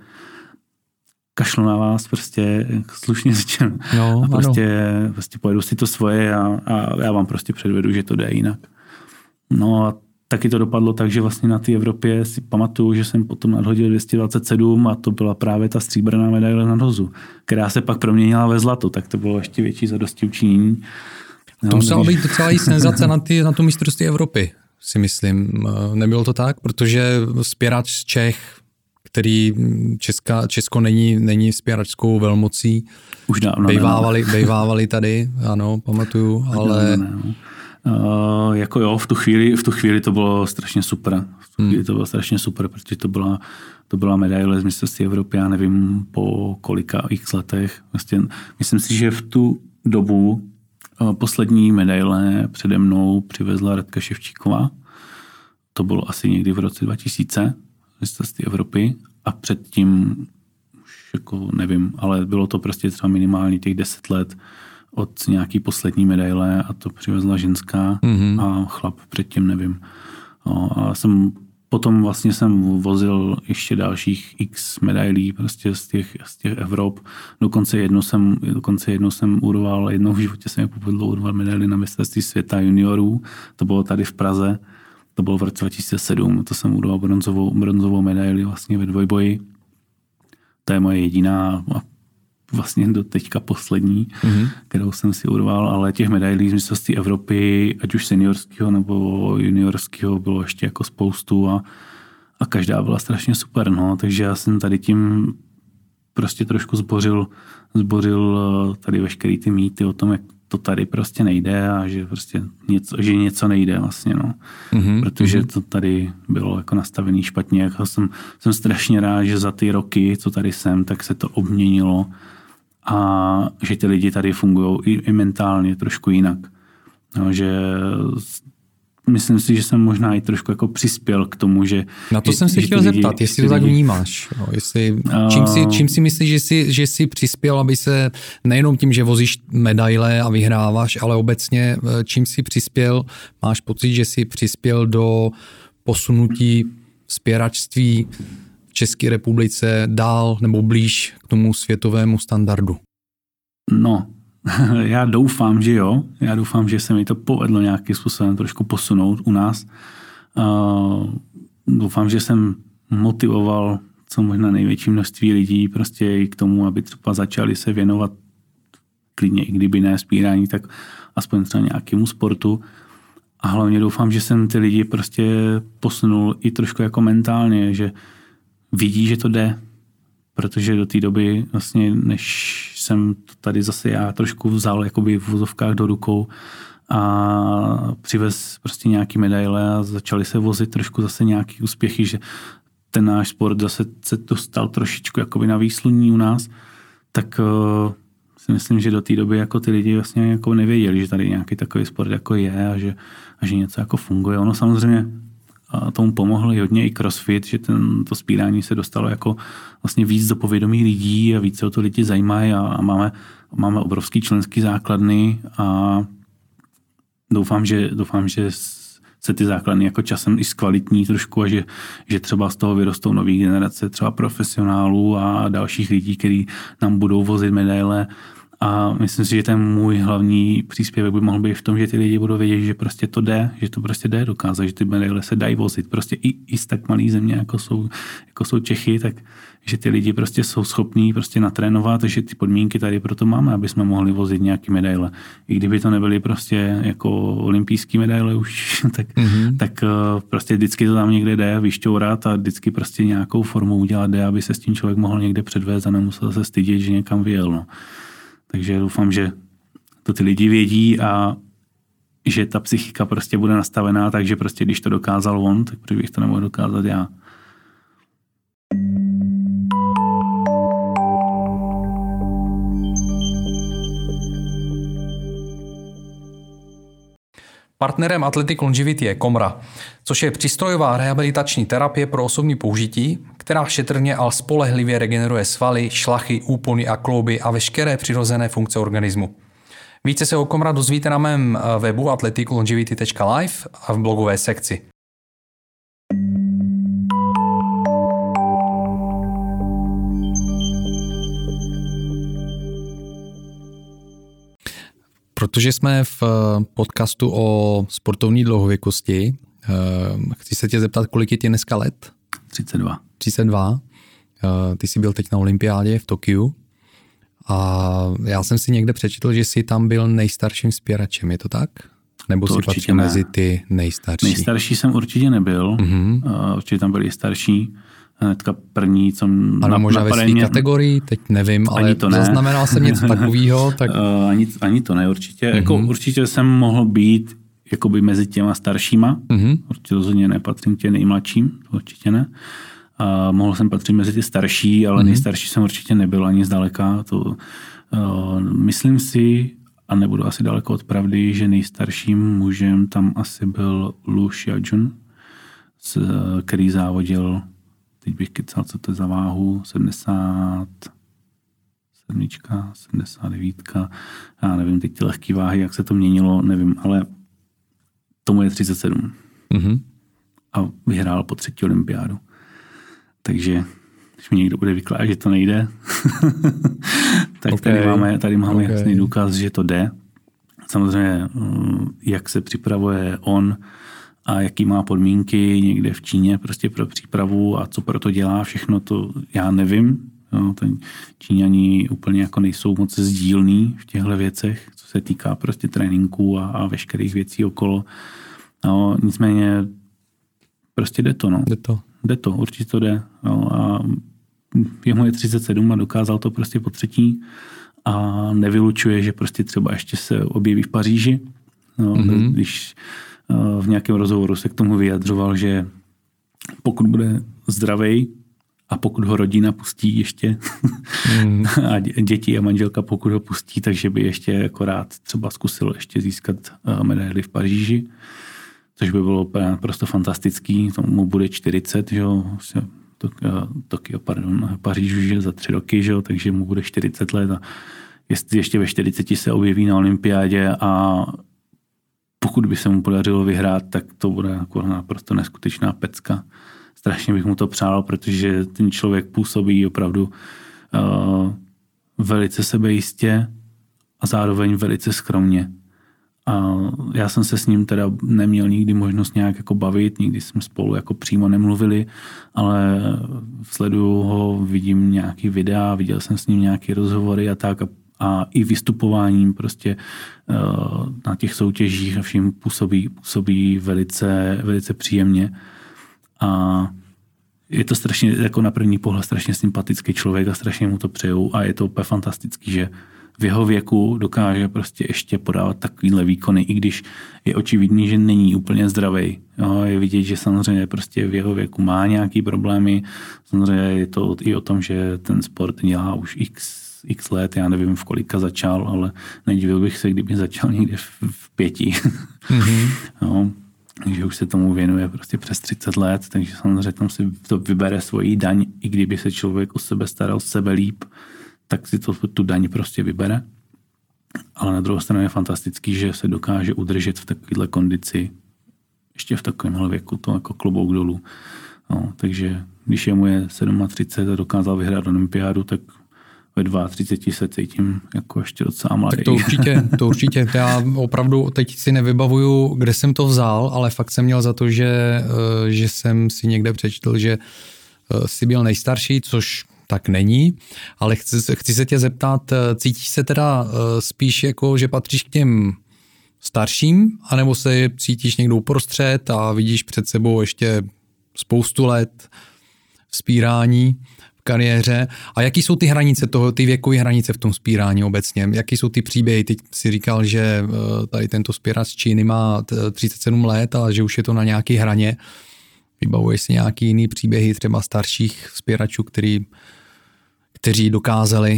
kašlu na vás, prostě slušně řečeno. No, a prostě, prostě pojedu si to svoje a, a já vám prostě předvedu, že to jde jinak. No a taky to dopadlo tak, že vlastně na té Evropě si pamatuju, že jsem potom nadhodil dvě stě dvacet sedm a to byla právě ta stříbrná medaile na hozu, která se pak proměnila ve zlato, tak to bylo ještě větší zadostiučinění. No, to musela být docela i senzace na, ty, na tu mistrovství Evropy, si myslím. Nebylo to tak? Protože spěrač z Čech, který Česka, Česko není, není spěračskou velmocí. Už dávno. Bejvávali, bejvávali tady, ano, pamatuju, ale... Ne, ne, uh, jako jo, v tu chvíli, v tu chvíli to bylo strašně super. V tu chvíli hmm. to bylo strašně super, protože to byla, to byla medaile z mistrovství Evropy, já nevím po kolika x letech. Vlastně, myslím si, že v tu dobu uh, poslední medaile přede mnou přivezla Radka Ševčíková. To bylo asi někdy v roce dva tisíce. Mistrovství Evropy a předtím už jako nevím, ale bylo to prostě třeba minimálně těch deset let od nějaký poslední medaile a to přivezla ženská mm-hmm. a chlap předtím nevím. No, a jsem potom vlastně jsem vozil ještě dalších x medailí prostě z těch, z těch Evrop. Dokonce jednou jsem, dokonce jednou jsem urval, jednou v životě jsem mi povedlo urval medaily na mistrovství světa juniorů. To bylo tady v Praze. To bylo v roce dva tisíce sedm, to jsem udal bronzovou, bronzovou medaili vlastně ve dvojboji. To je moje jediná a vlastně do teďka poslední, mm-hmm. kterou jsem si urval, ale těch medailí z mistrovství Evropy, ať už seniorského nebo juniorského, bylo ještě jako spoustu a, a každá byla strašně super. No. Takže já jsem tady tím prostě trošku zbořil, zbořil tady veškerý ty mýty o tom, jak to tady prostě nejde a že prostě něco, že něco nejde vlastně, no. Mm-hmm. Protože to tady bylo jako nastavený špatně. Jako jsem, jsem strašně rád, že za ty roky, co tady jsem, tak se to obměnilo a že ty lidi tady fungují i, i mentálně trošku jinak. No, že myslím si, že jsem možná i trošku jako přispěl k tomu, že... Na to že, jsem se chtěl lidi, zeptat, jestli to tak vnímáš. Jo, jestli, čím, si, čím si myslíš, že jsi, že jsi přispěl, aby se nejenom tím, že vozíš medaile a vyhráváš, ale obecně čím si přispěl, máš pocit, že jsi přispěl do posunutí spěračství v České republice dál nebo blíž k tomu světovému standardu? No, já doufám, že jo. Já doufám, že se mi to povedlo nějakým způsobem trošku posunout u nás. Uh, doufám, že jsem motivoval co možná největší množství lidí prostě i k tomu, aby třeba začali se věnovat klidně, i kdyby ne spírání, tak aspoň třeba nějakému sportu. A hlavně doufám, že jsem ty lidi prostě posunul i trošku jako mentálně, že vidí, že to jde. Protože do té doby vlastně, než jsem to tady zase já trošku vzal jakoby v vozovkách do rukou a přivez prostě nějaký medaile a začali se vozit trošku zase nějaký úspěchy, že ten náš sport zase se dostal trošičku jakoby na výsluní u nás, tak uh, si myslím, že do té doby jako ty lidi vlastně jako nevěděli, že tady nějaký takový sport jako je a že, a že něco jako funguje. Ono samozřejmě a tomu pomohl hodně i CrossFit, že ten, to spírání se dostalo jako vlastně víc do povědomí lidí a víc se o to lidi zajímají a, a máme, máme obrovský členský základny a doufám, že, doufám, že se ty základny jako časem i zkvalitní trošku a že, že třeba z toho vyrostou nový generace třeba profesionálů a dalších lidí, kteří nám budou vozit medaile. A myslím si, že ten můj hlavní příspěvek by mohl být v tom, že ty lidi budou vědět, že prostě to jde, že to prostě jde dokázat, že ty medaile se dají vozit. Prostě i, i z tak malý země, jako jsou, jako jsou Čechy, tak že ty lidi prostě jsou schopní prostě natrénovat, že ty podmínky tady proto máme, aby jsme mohli vozit nějaký medaile. I kdyby to nebyly prostě jako olympijský medaile už, tak, mm-hmm. tak prostě vždycky to tam někde jde vyšťourat a vždycky prostě nějakou formou udělat jde, aby se s tím člověk mohl někde předvést a nemusel se stydět, že někam vyjel. No. Takže doufám, že to ty lidi vědí a že ta psychika prostě bude nastavená, takže prostě když to dokázal on, tak proč bych to nemohl dokázat já. Partnerem Athletic Longevity je Komra, což je přístrojová rehabilitační terapie pro osobní použití, která šetrně a spolehlivě regeneruje svaly, šlachy, úpony a klouby a veškeré přirozené funkce organismu. Více se o Komra dozvíte na mém webu athletic longevity tečka live a v blogové sekci. Protože jsme v podcastu o sportovní dlouhověkosti, chci se tě zeptat, kolik je ti dneska let? třicet dva. třicet dva. Ty jsi byl teď na olympiádě v Tokiu a já jsem si někde přečetl, že jsi tam byl nejstarším spěračem, je to tak? Nebo to si patří mezi ty nejstarší? Nejstarší jsem určitě nebyl, mm-hmm. určitě tam byli starší. Hnedka první, co ano, možná ve své kategorii, teď nevím, ale to ne. Zaznamenal jsem něco takového. Tak... Uh, ani, ani to ne, určitě. Mm-hmm. Jako, určitě jsem mohl být jakoby mezi těma staršíma. Mm-hmm. Určitě rozhodně nepatřím těm nejmladším, to určitě ne. Uh, mohl jsem patřit mezi ty starší, ale mm-hmm. nejstarší jsem určitě nebyl ani zdaleka. To, uh, myslím si, a nebudu asi daleko od pravdy, že nejstarším mužem tam asi byl Lu Xiaojun, který závodil, teď bych kecal, co to je za váhu, sedmdesát sedm, sedmdesát devět, já nevím, teď ty lehký váhy, jak se to měnilo, nevím, ale tomu je třicet sedm. Mm-hmm. A vyhrál po třetí olympiádu. Takže když mi někdo bude vykládat, že to nejde, tak okay. tady máme, tady máme okay. jasný důkaz, že to jde. Samozřejmě, jak se připravuje on a jaký má podmínky někde v Číně prostě pro přípravu a co pro to dělá, všechno to já nevím. No, ten Číňani úplně jako nejsou moc sdílní v těchto věcech, co se týká prostě tréninků a, a veškerých věcí okolo. No, nicméně prostě jde to, no. Jde to. Jde to, určitě to jde. No, a jemu je třicet sedm a dokázal to prostě po třetí a nevylučuje, že prostě třeba ještě se objeví v Paříži. No, mm-hmm. Když v nějakém rozhovoru se k tomu vyjadřoval, že pokud bude zdravej a pokud ho rodina pustí ještě mm. a děti a manželka pokud ho pustí, takže by ještě jako rád třeba zkusil ještě získat medaili v Paříži. což by bylo naprosto fantastický, tomu bude čtyřicet, že jo, Tokio, pardon, Paříž už je za tři roky, že jo, takže mu bude čtyřicet let a jestli ještě ve čtyřiceti se objeví na olympiádě a pokud by se mu podařilo vyhrát, tak to bude jako naprosto neskutečná pecka. Strašně bych mu to přál, protože ten člověk působí opravdu uh, velice sebejistě a zároveň velice skromně. A já jsem se s ním teda neměl nikdy možnost nějak jako bavit, nikdy jsme spolu jako přímo nemluvili, ale sleduju ho, vidím nějaký videa, viděl jsem s ním nějaké rozhovory a tak a, a i vystupováním prostě uh, na těch soutěžích a vším působí, působí velice, velice příjemně. A je to strašně, jako na první pohled strašně sympatický člověk a strašně mu to přeju a je to úplně fantastický, že v jeho věku dokáže prostě ještě podávat takovýhle výkony, i když je očividný, že není úplně zdravý. Jo, je vidět, že samozřejmě prostě v jeho věku má nějaký problémy. Samozřejmě je to i o tom, že ten sport dělá už x, x let, já nevím, v kolika začal, ale nedivil bych se, kdyby začal někde v, v pěti. Mm-hmm. Jo, takže už se tomu věnuje prostě přes třicet let, takže samozřejmě tam si to vybere svoji daň, i kdyby se člověk o sebe staral sebe líp, tak si to, tu daň prostě vybere. Ale na druhou stranu je fantastický, že se dokáže udržet v takovéhle kondici ještě v takovémhle věku, to jako klobouk dolů. No, takže když je mu je třicet sedm a dokázal vyhrát olympiádu, tak ve třicet dva se cítím jako ještě docela mladý. Tak to určitě, to určitě. Já opravdu teď si nevybavuju, kde jsem to vzal, ale fakt jsem měl za to, že, že jsem si někde přečetl, že jsi byl nejstarší, což tak není, ale chci, chci se tě zeptat, cítíš se teda spíš jako, že patříš k těm starším, anebo se cítíš někdo uprostřed a vidíš před sebou ještě spoustu let vzpírání v kariéře? A jaký jsou ty hranice toho, ty věkové hranice v tom vzpírání obecně? Jaký jsou ty příběhy? Teď si říkal, že tady tento vzpěrač z Číny má třicet sedm let a že už je to na nějaké hraně. Vybavuješ si nějaký jiný příběhy třeba starších vzpěračů, který, kteří dokázali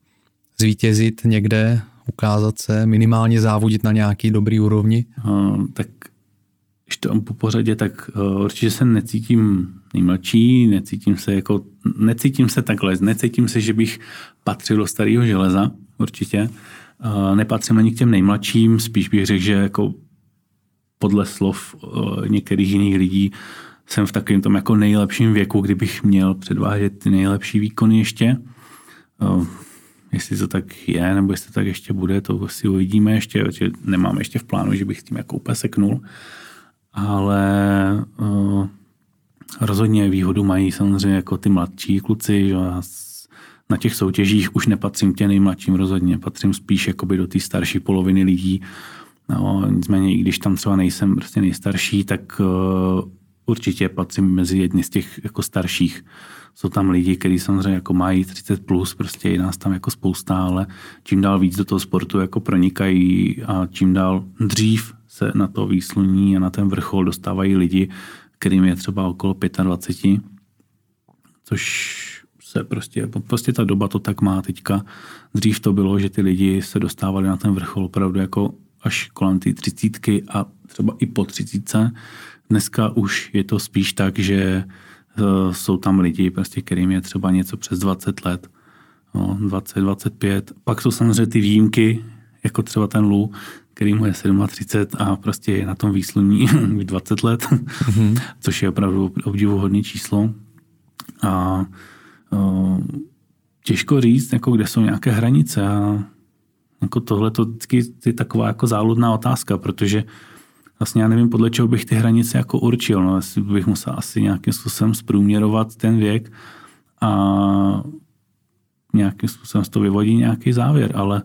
zvítězit někde, ukázat se, minimálně závodit na nějaký dobrý úrovni? Uh, tak když to po pořadě, tak uh, určitě se necítím nejmladší, necítím se jako, necítím se takhle, necítím se, že bych patřil do starého železa, určitě. Uh, nepatřím ani k těm nejmladším, spíš bych řekl, že jako podle slov uh, některých jiných lidí jsem v takovém tom jako nejlepším věku, kdybych měl předvádět ty nejlepší výkony ještě. Uh, jestli to tak je, nebo jestli to tak ještě bude, to si uvidíme ještě. Nemám ještě v plánu, že bych s tím jako úplně seknul. Ale uh, rozhodně výhodu mají samozřejmě jako ty mladší kluci. Že já na těch soutěžích už nepatřím k těm nejmladším rozhodně. Patřím spíš jakoby do té starší poloviny lidí. No, nicméně, i když tam třeba nejsem prostě nejstarší, tak uh, určitě patřím mezi jedny z těch jako starších. Jsou tam lidi, kteří samozřejmě jako mají třicet plus, prostě je nás tam jako spousta, ale čím dál víc do toho sportu jako pronikají a čím dál dřív se na to výsluní a na ten vrchol dostávají lidi, kterým je třeba okolo dvacet pět, což se prostě, prostě ta doba to tak má teďka. Dřív to bylo, že ty lidi se dostávali na ten vrchol opravdu jako až kolem té třicítky a třeba i po třicítce. Dneska už je to spíš tak, že uh, jsou tam lidi, prostě, kterým je třeba něco přes dvacet let, no, dvacet, dvacet pět. Pak jsou samozřejmě ty výjimky, jako třeba ten Lu, který mu je třicet sedm a prostě je na tom výsluní už dvacet let, mm-hmm. což je opravdu obdivuhodné číslo. A uh, těžko říct, jako kde jsou nějaké hranice. A jako tohle to je taková jako záludná otázka, protože vlastně já nevím, podle čeho bych ty hranice jako určil. No, jestli bych musel asi nějakým způsobem zprůměrovat ten věk a nějakým způsobem z toho vyvodit nějaký závěr, ale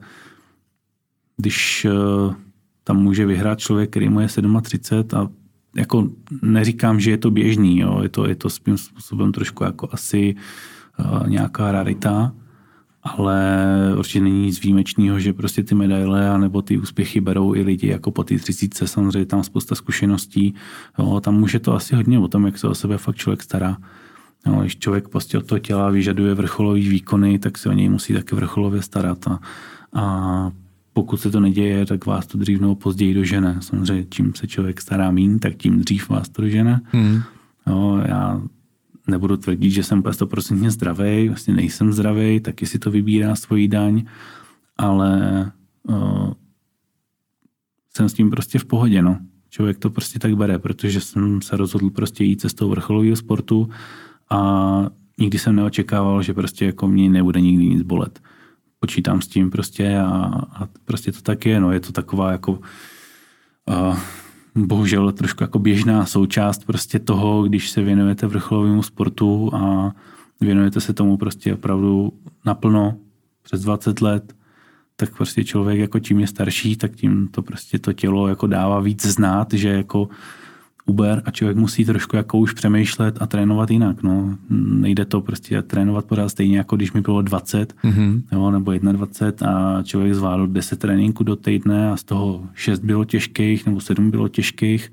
když uh, tam může vyhrát člověk, který mu je třicet sedm a jako neříkám, že je to běžný, jo, je to, je to svým způsobem trošku jako asi uh, nějaká rarita, ale určitě není nic výjimečného, že prostě ty medaile a nebo ty úspěchy berou i lidi jako po té třicítce, samozřejmě tam spousta zkušeností, jo, tam může to asi hodně o tom, jak se o sebe fakt člověk stará. No, když člověk prostě od toho těla vyžaduje vrcholový výkony, tak se o něj musí taky vrcholově starat a, a pokud se to neděje, tak vás to dřív nebo později dožene. Samozřejmě, čím se člověk stará míň, tak tím dřív vás to dožene. Hmm. No, já nebudu tvrdit, že jsem sto procent zdravý, vlastně nejsem zdravý, taky si to vybírá svoji daň, ale uh, jsem s tím prostě v pohodě, no. Člověk to prostě tak bere, protože jsem se rozhodl prostě jít cestou vrcholového sportu a nikdy jsem neočekával, že prostě jako mě nebude nikdy nic bolet. Počítám s tím prostě a, a prostě to tak je, no. Je to taková jako uh, bohužel trošku jako běžná součást prostě toho, když se věnujete vrcholovému sportu a věnujete se tomu prostě opravdu naplno přes dvacet let, tak prostě člověk jako čím je starší, tak tím to prostě to tělo jako dává víc znát, že jako uber a člověk musí trošku jako už přemýšlet a trénovat jinak. No. Nejde to prostě trénovat pořád stejně, jako když mi bylo dvacet mm-hmm. jo, nebo dvacet jedna a člověk zvládl deset tréninků do týdne a z toho šest bylo těžkých nebo sedm bylo těžkých.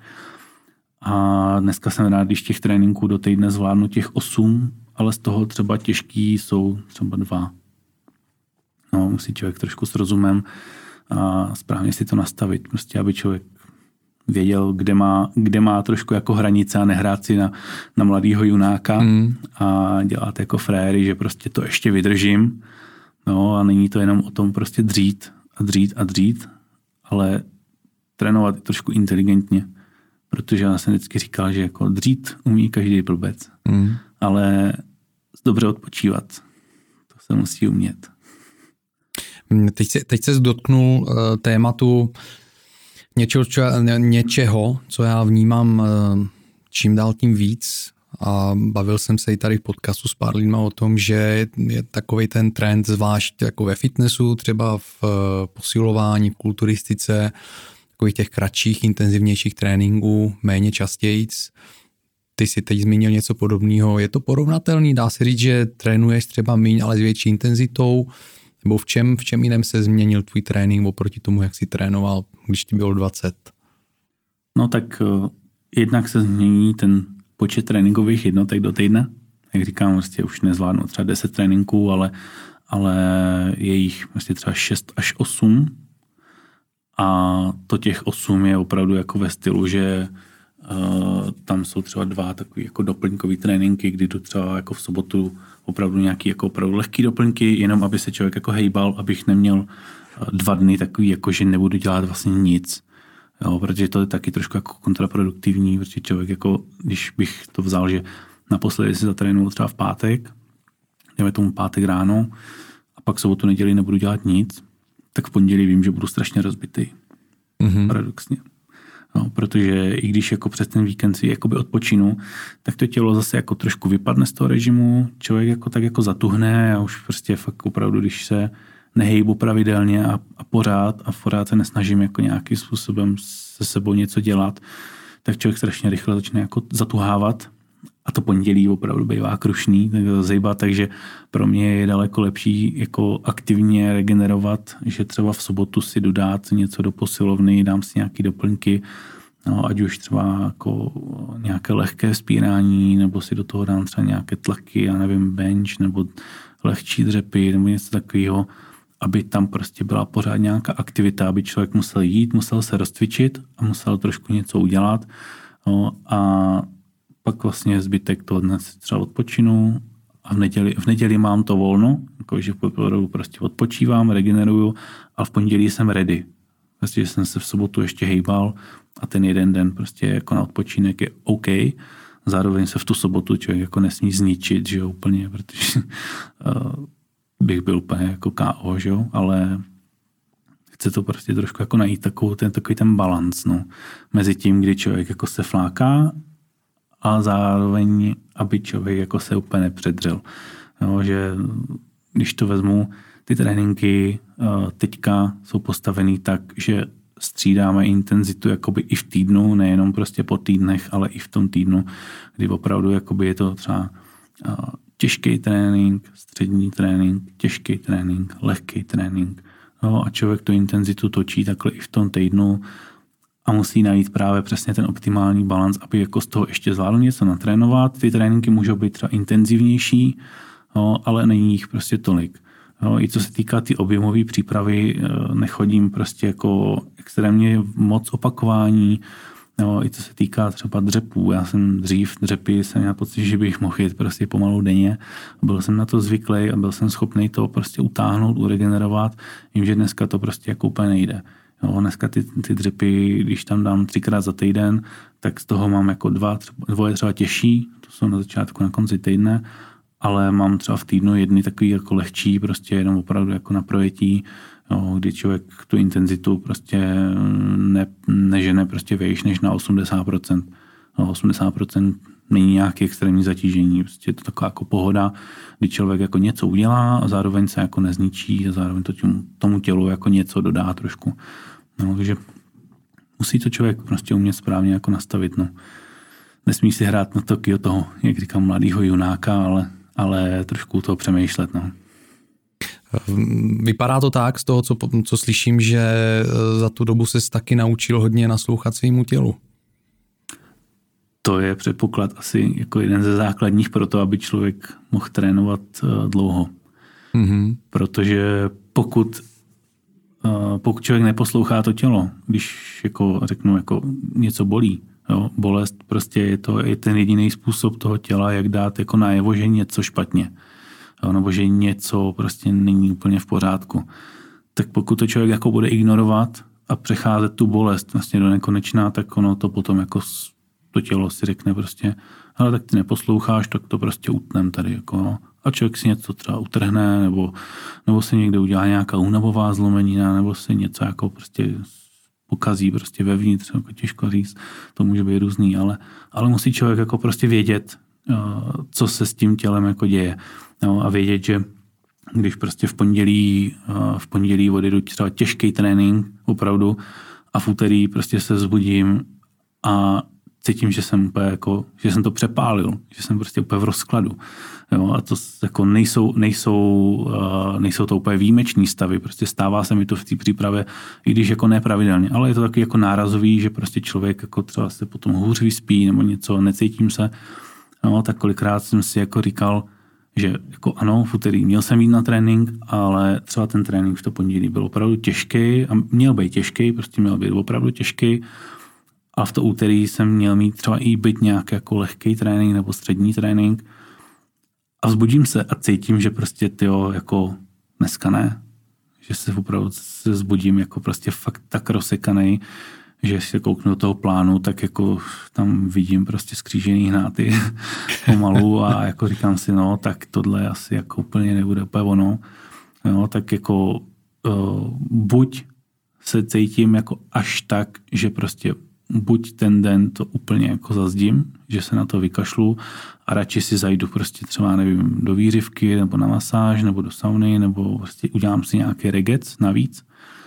A dneska jsem rád, když těch tréninků do týdne zvládnu těch osm, ale z toho třeba těžký jsou třeba dva. No, musí člověk trošku s rozumem a správně si to nastavit, prostě aby člověk věděl, kde má, kde má trošku jako hranice a nehrát si na, na mladýho junáka mm. a dělat jako fréry, že prostě to ještě vydržím. No a není to jenom o tom prostě dřít a dřít a dřít, ale trénovat trošku inteligentně, protože já jsem vždycky říkal, že jako dřít umí každý blbec, mm. ale dobře odpočívat, to se musí umět. Teď se, teď se dotknul uh, tématu něčeho, čo, něčeho, co já vnímám uh, čím dál tím víc a bavil jsem se i tady v podcastu s pár lidma o tom, že je takovej ten trend, zvlášť jako ve fitnessu, třeba v uh, posilování, v kulturistice, takových těch kratších, intenzivnějších tréninků, méně častějíc. Ty si teď zmínil něco podobného. Je to porovnatelný? Dá se říct, že trénuješ třeba míň, ale s větší intenzitou? Nebo v čem, v čem jiném se změnil tvůj trénink oproti tomu, jak jsi trénoval, když ti bylo dvacet? No tak uh, jednak se změní ten počet tréninkových jednotek do týdne. Jak říkám, vlastně už nezvládnu třeba deset tréninků, ale, ale je jich vlastně třeba šest až osm. A to těch osm je opravdu jako ve stylu, že uh, tam jsou třeba dva takový jako doplňkový tréninky, kdy jdu třeba jako v sobotu opravdu nějaký jako opravdu lehký doplňky, jenom aby se člověk jako hejbal, abych neměl dva dny takový, jako že nebudu dělat vlastně nic. Jo, protože to je taky trošku jako kontraproduktivní, protože člověk jako, když bych to vzal, že naposledy si zatrénuju třeba v pátek, jdeme tomu pátek ráno a pak sobotu, neděli nebudu dělat nic, tak v pondělí vím, že budu strašně rozbitý. Mm-hmm. Paradoxně. No, protože i když jako přes ten víkend si jakoby odpočinu, tak to tělo zase jako trošku vypadne z toho režimu, člověk jako tak jako zatuhne a už prostě fakt opravdu, když se nehejbu pravidelně a, a pořád a pořád se nesnažím jako nějakým způsobem se sebou něco dělat, tak člověk strašně rychle začne jako zatuhávat a to pondělí opravdu bývá krušný, tak zejba, takže pro mě je daleko lepší jako aktivně regenerovat, že třeba v sobotu si dodát něco do posilovny, dám si nějaké doplňky, no, ať už třeba jako nějaké lehké vzpírání, nebo si do toho dám třeba nějaké tlaky, já nevím, bench, nebo lehčí dřepy, nebo něco takového, aby tam prostě byla pořád nějaká aktivita, aby člověk musel jít, musel se rozcvičit a musel trošku něco udělat. No, a pak vlastně zbytek toho dnes třeba odpočinu a v neděli, v neděli mám to volno, jakože prostě odpočívám, regeneruju a v pondělí jsem ready. Prostě jsem se v sobotu ještě hejbal a ten jeden den prostě jako na odpočinek je OK. Zároveň se v tu sobotu člověk jako nesmí zničit, že jo, úplně, protože uh, bych byl úplně jako ká ó, že jo, ale chce to prostě trošku jako najít takový ten, takový ten balans, no, mezi tím, kdy člověk jako se fláká a zároveň, aby člověk jako se úplně nepředřel. Jo, že když to vezmu, ty tréninky teďka jsou postavený tak, že střídáme intenzitu jakoby i v týdnu, nejenom prostě po týdnech, ale i v tom týdnu, kdy opravdu jakoby je to třeba těžký trénink, střední trénink, těžký trénink, lehký trénink. No a člověk tu intenzitu točí takhle i v tom týdnu a musí najít právě přesně ten optimální balans, aby jako z toho ještě zvládl něco natrénovat. Ty tréninky můžou být třeba intenzivnější, no, ale není jich prostě tolik. No, i co se týká ty objemové přípravy, nechodím prostě jako extrémně moc opakování. No, i co se týká třeba dřepů. Já jsem dřív dřepy, jsem měl pocit, že bych mohl jít prostě pomalu denně. Byl jsem na to zvyklý a byl jsem schopný to prostě utáhnout, uregenerovat. Vím, že dneska to prostě jako úplně nejde. No, dneska ty, ty dřepy, když tam dám třikrát za týden, tak z toho mám jako dva, třeba, dvoje třeba těžší, to jsou na začátku, na konci týdne, ale mám třeba v týdnu jedny takový jako lehčí, prostě jenom opravdu jako na projetí, no, kdy člověk tu intenzitu prostě ne, nežene prostě vejš než na osmdesát procent. No, osmdesát procent není nějaké extrémní zatížení, prostě je to taková jako pohoda, kdy člověk jako něco udělá a zároveň se jako nezničí a zároveň to tím, tomu tělu jako něco dodá trošku. No, takže musí to člověk prostě umět správně jako nastavit. No. Nesmí si hrát na Tokio toho, jak říkám, mladýho junáka, ale, ale trošku toho přemýšlet. No. Vypadá to tak z toho, co, co slyším, že za tu dobu ses taky naučil hodně naslouchat svýmu tělu. To je předpoklad asi jako jeden ze základních pro to, aby člověk mohl trénovat dlouho. Mm-hmm. Protože pokud, pokud člověk neposlouchá to tělo, když jako řeknu, jako něco bolí, jo, bolest prostě je to je ten jediný způsob toho těla, jak dát jako najevo, že něco špatně. Jo, nebo že něco prostě není úplně v pořádku. Tak pokud to člověk jako bude ignorovat a přecházet tu bolest vlastně do nekonečná, tak ono to potom jako to tělo si řekne prostě, ale tak ty neposloucháš, tak to prostě utnem tady. Jako, no. A člověk si něco třeba utrhne, nebo, nebo se někde udělá nějaká únavová zlomenina, nebo se něco jako prostě pokazí prostě vevnitř, jako těžko říct, to může být různý, ale, ale musí člověk jako prostě vědět, co se s tím tělem jako děje. No, a vědět, že když prostě v pondělí, v pondělí odjedu třeba těžký trénink opravdu a v úterý prostě se vzbudím a cítím, že jsem úplně jako, že jsem to přepálil, že jsem prostě úplně v rozkladu. Jo, a to jako nejsou, nejsou, nejsou to úplně výjimečný stavy, prostě stává se mi to v té přípravě, i když jako nepravidelně, ale je to taky jako nárazový, že prostě člověk jako třeba se potom hůř vyspí nebo něco, necítím se. No, tak kolikrát jsem si jako říkal, že jako ano, v úterý měl jsem jít na trénink, ale třeba ten trénink v to pondělí byl opravdu těžký a měl být těžký, prostě měl být opravdu těžký. A v to úterý jsem měl mít třeba i být nějaký jako lehký trénink nebo střední trénink. A vzbudím se a cítím, že prostě tyjo, jako dneska ne. Že se opravdu se vzbudím jako prostě fakt tak rozsekanej, že si kouknu do toho plánu, tak jako tam vidím prostě skřížený hnáty pomalu a jako říkám si, no tak tohle asi jako úplně nebude úplně ono. No, tak jako uh, buď se cítím jako až tak, že prostě buď ten den to úplně jako zazdím, že se na to vykašlu a radši si zajdu prostě třeba, nevím, do výřivky nebo na masáž nebo do sauny nebo prostě udělám si nějaký regec navíc,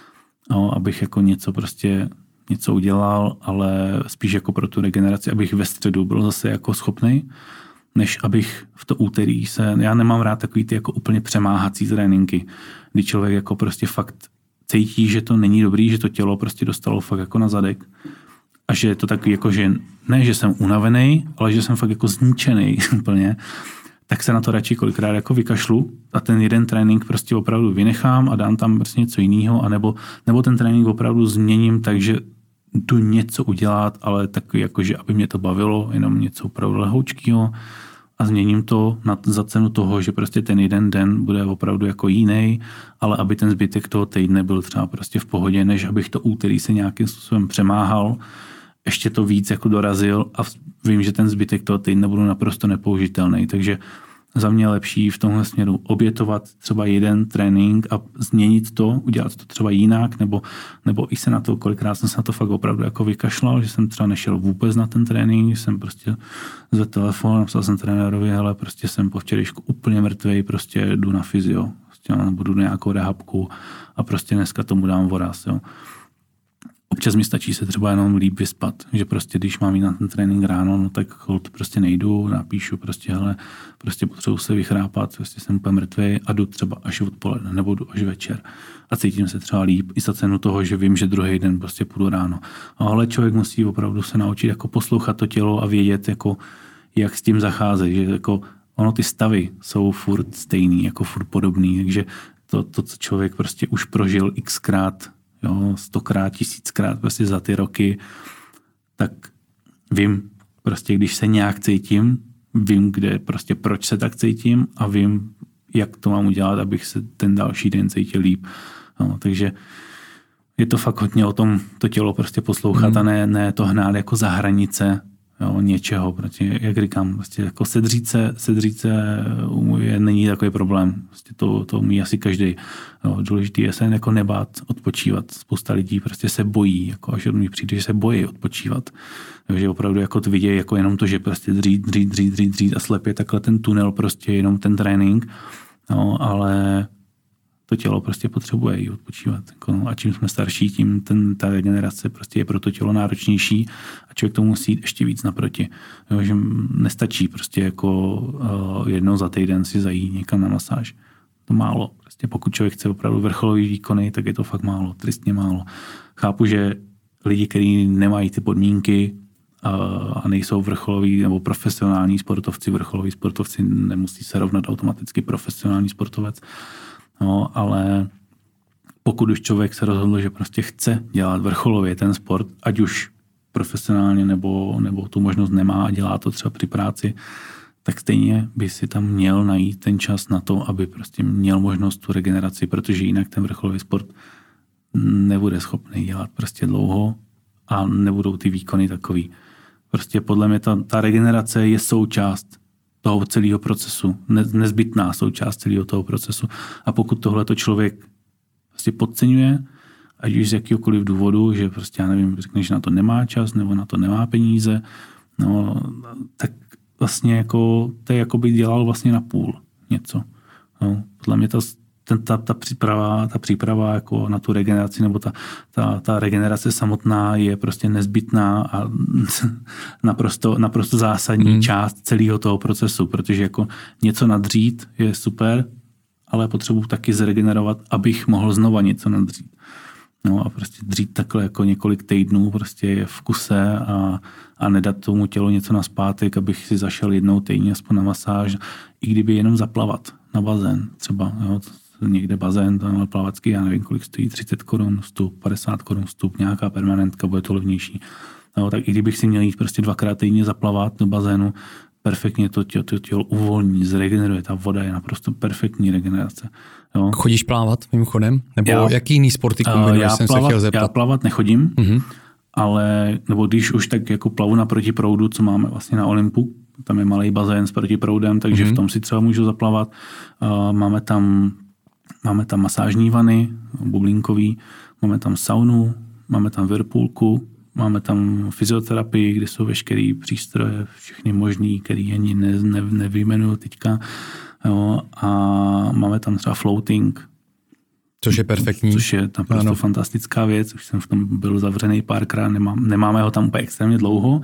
no, abych jako něco prostě něco udělal, ale spíš jako pro tu regeneraci, abych ve středu byl zase jako schopný, než abych v to úterý se, já nemám rád takový ty jako úplně přemáhací tréninky, kdy člověk jako prostě fakt cítí, že to není dobrý, že to tělo prostě dostalo fakt jako na zadek a že je to takový jako, že ne, že jsem unavený, ale že jsem fakt jako zničený úplně, tak se na to radši kolikrát jako vykašlu a ten jeden trénink prostě opravdu vynechám a dám tam prostě něco jiného, anebo, nebo ten trénink opravdu změním, takže jdu něco udělat, ale takový jako, že aby mě to bavilo, jenom něco opravdu lehoučkýho a změním to na, za cenu toho, že prostě ten jeden den bude opravdu jako jiný, ale aby ten zbytek toho týdne byl třeba prostě v pohodě, než abych to úterý se nějakým způsobem přemáhal, ještě to víc jako dorazil a vím, že ten zbytek toho týdne budu naprosto nepoužitelný, takže za mě lepší v tomhle směru obětovat třeba jeden trénink a změnit to, udělat to třeba jinak, nebo, nebo i se na to, kolikrát jsem se na to fakt opravdu jako vykašlal, že jsem třeba nešel vůbec na ten trénink, že jsem prostě zvedl telefon, napsal jsem trenérovi, hele, prostě jsem po včerejšku úplně mrtvej, prostě jdu na fyzio, prostě, nebo jdu na nějakou rehabku a prostě dneska tomu dám voraz, jo. Občas mi stačí se třeba jenom líp vyspat, že prostě když mám jít na ten trénink ráno, no tak holt prostě nejdu, napíšu prostě, hele, prostě potřebuji se vychrápat, prostě jsem úplně mrtvej a jdu třeba až odpoledne nebo jdu až večer a cítím se třeba líp i za cenu toho, že vím, že druhý den prostě půjdu ráno. Ale člověk musí opravdu se naučit jako poslouchat to tělo a vědět, jako, jak s tím zacházet, že jako ono ty stavy jsou furt stejný, jako furt podobný, takže to, to, co člověk prostě už prožil xkrát, jo, stokrát, tisíckrát prostě za ty roky, tak vím, prostě když se nějak cítím, vím, kde prostě proč se tak cítím a vím, jak to mám udělat, abych se ten další den cítil líp. No, takže je to fakt hodně o tom to tělo prostě poslouchat mm. a ne, ne to hnát jako za hranice, jo, něčeho, protože, jak říkám, prostě jako sedřít se, sedřít se je, není takový problém. Prostě to, to umí asi každý. Jo, důležitý je se jako nebát odpočívat. Spousta lidí prostě se bojí, jako až od mě přijde, že se bojí odpočívat. Jo, že opravdu jako to vidějí jako jenom to, že prostě dřít, dřít, dřít, dřít, dřít a slepě takhle ten tunel, prostě jenom ten trénink. No, ale to tělo prostě potřebuje i odpočívat. A čím jsme starší, tím ten, ta regenerace prostě je pro to tělo náročnější a člověk to musí jít ještě víc naproti. Jo, že nestačí prostě jako uh, jednou za týden si zajít někam na masáž. To málo. Prostě pokud člověk chce opravdu vrcholový výkony, tak je to fakt málo, tristně málo. Chápu, že lidi, kteří nemají ty podmínky uh, a nejsou vrcholoví nebo profesionální sportovci, vrcholoví sportovci nemusí se rovnat automaticky profesionální sportovec. No, ale pokud už člověk se rozhodl, že prostě chce dělat vrcholově ten sport, ať už profesionálně nebo, nebo tu možnost nemá a dělá to třeba při práci, tak stejně by si tam měl najít ten čas na to, aby prostě měl možnost tu regeneraci, protože jinak ten vrcholový sport nebude schopný dělat prostě dlouho a nebudou ty výkony takový. Prostě podle mě ta, ta regenerace je součást toho celého procesu, nezbytná součást celého toho procesu. A pokud tohleto člověk prostě podceňuje, ať už z jakýhokoliv důvodu, že prostě, já nevím, řekne, že na to nemá čas, nebo na to nemá peníze, no, tak vlastně jako, to je jako by dělal vlastně na půl něco. No, podle mě ta, ten, ta, ta, příprava, ta příprava jako na tu regeneraci, nebo ta, ta, ta regenerace samotná je prostě nezbytná a naprosto, naprosto zásadní hmm. část celého toho procesu, protože jako něco nadřít je super, ale potřebuji taky zregenerovat, abych mohl znova něco nadřít. No a prostě dřít takhle jako několik týdnů prostě je v kuse a, a nedat tomu tělu něco naspátek, abych si zašel jednou týdně aspoň na masáž, i kdyby jenom zaplavat na bazén třeba, jo, někde bazén, to plavacký, já nevím, kolik stojí, třicet korun vstup, padesát korun vstup, nějaká permanentka, bude to levnější. No, tak i kdybych si měl jít prostě dvakrát týdně zaplavat do bazénu, perfektně to tělo, to tělo uvolní, zregeneruje, ta voda je naprosto perfektní regenerace. Jo. Chodíš plávat mimochodem? Nebo já, jaký jiný sporty kombinuješ, jsem plavat, se chtěl zeptat? Já plavat nechodím, mm-hmm. ale, nebo když už tak jako plavu na protiproudu, co máme vlastně na Olympu, tam je malý bazén s protiproudem, takže mm-hmm. v tom si třeba můžu zaplavat. Uh, máme tam Máme tam masážní vany, bublinkový, máme tam saunu, máme tam whirlpoolku, máme tam fyzioterapii, kde jsou veškerý přístroje, všechny možný, který ani ne, ne, nevyjmenuju teďka. Jo, a máme tam třeba floating. Což je perfektní. Což je naprosto ano. fantastická věc. Už jsem v tom byl zavřený párkrát, nemám, nemáme ho tam úplně extrémně dlouho.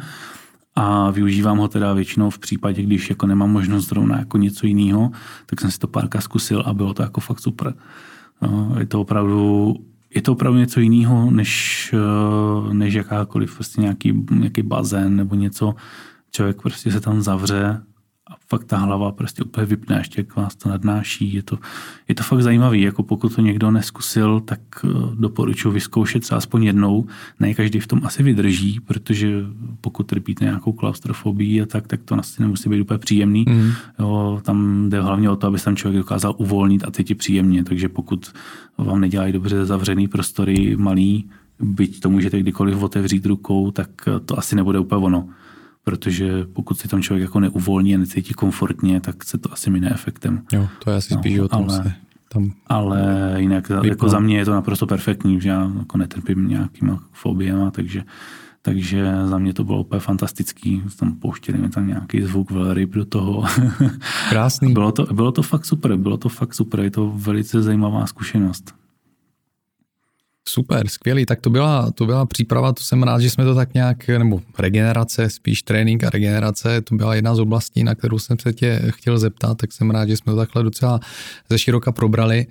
A využívám ho teda většinou v případě, když jako nemám možnost zrovna jako něco jiného, tak jsem si to párkrát zkusil a bylo to jako fakt super. Je to opravdu, je to opravdu něco jiného, než, než jakákoliv prostě nějaký, nějaký bazén nebo něco. Člověk prostě se tam zavře a fakt ta hlava prostě úplně vypne, ještě jak vás to nadnáší. Je to, je to fakt zajímavý. Jako pokud to někdo neskusil, tak doporučuji vyzkoušet třeba aspoň jednou. Ne každý v tom asi vydrží, protože pokud trpíte nějakou klaustrofobii a tak, tak to asi nemusí být úplně příjemný. Mm. Jo, tam jde hlavně o to, aby se tam člověk dokázal uvolnit a cítit příjemně. Takže pokud vám nedělají dobře zavřený prostory malý, byť to můžete kdykoliv otevřít rukou, tak to asi nebude úplně ono. Protože pokud si tam člověk jako neuvolní a necítí komfortně, tak se to asi mine efektem. Jo, to je asi spíš no, o tom ale, se tam... Ale jinak jako za mě je to naprosto perfektní, že já jako netrpím nějakýma fobiema, takže, takže za mě to bylo úplně fantastický. Tam pouštěli mi tam nějaký zvuk velryb do toho. Krásný. bylo, to, bylo to fakt super, bylo to fakt super, je to velice zajímavá zkušenost. Super, skvělý. Tak to byla, to byla příprava, to jsem rád, že jsme to tak nějak, nebo regenerace, spíš trénink a regenerace, to byla jedna z oblastí, na kterou jsem se tě chtěl zeptat, tak jsem rád, že jsme to takhle docela ze široka probrali.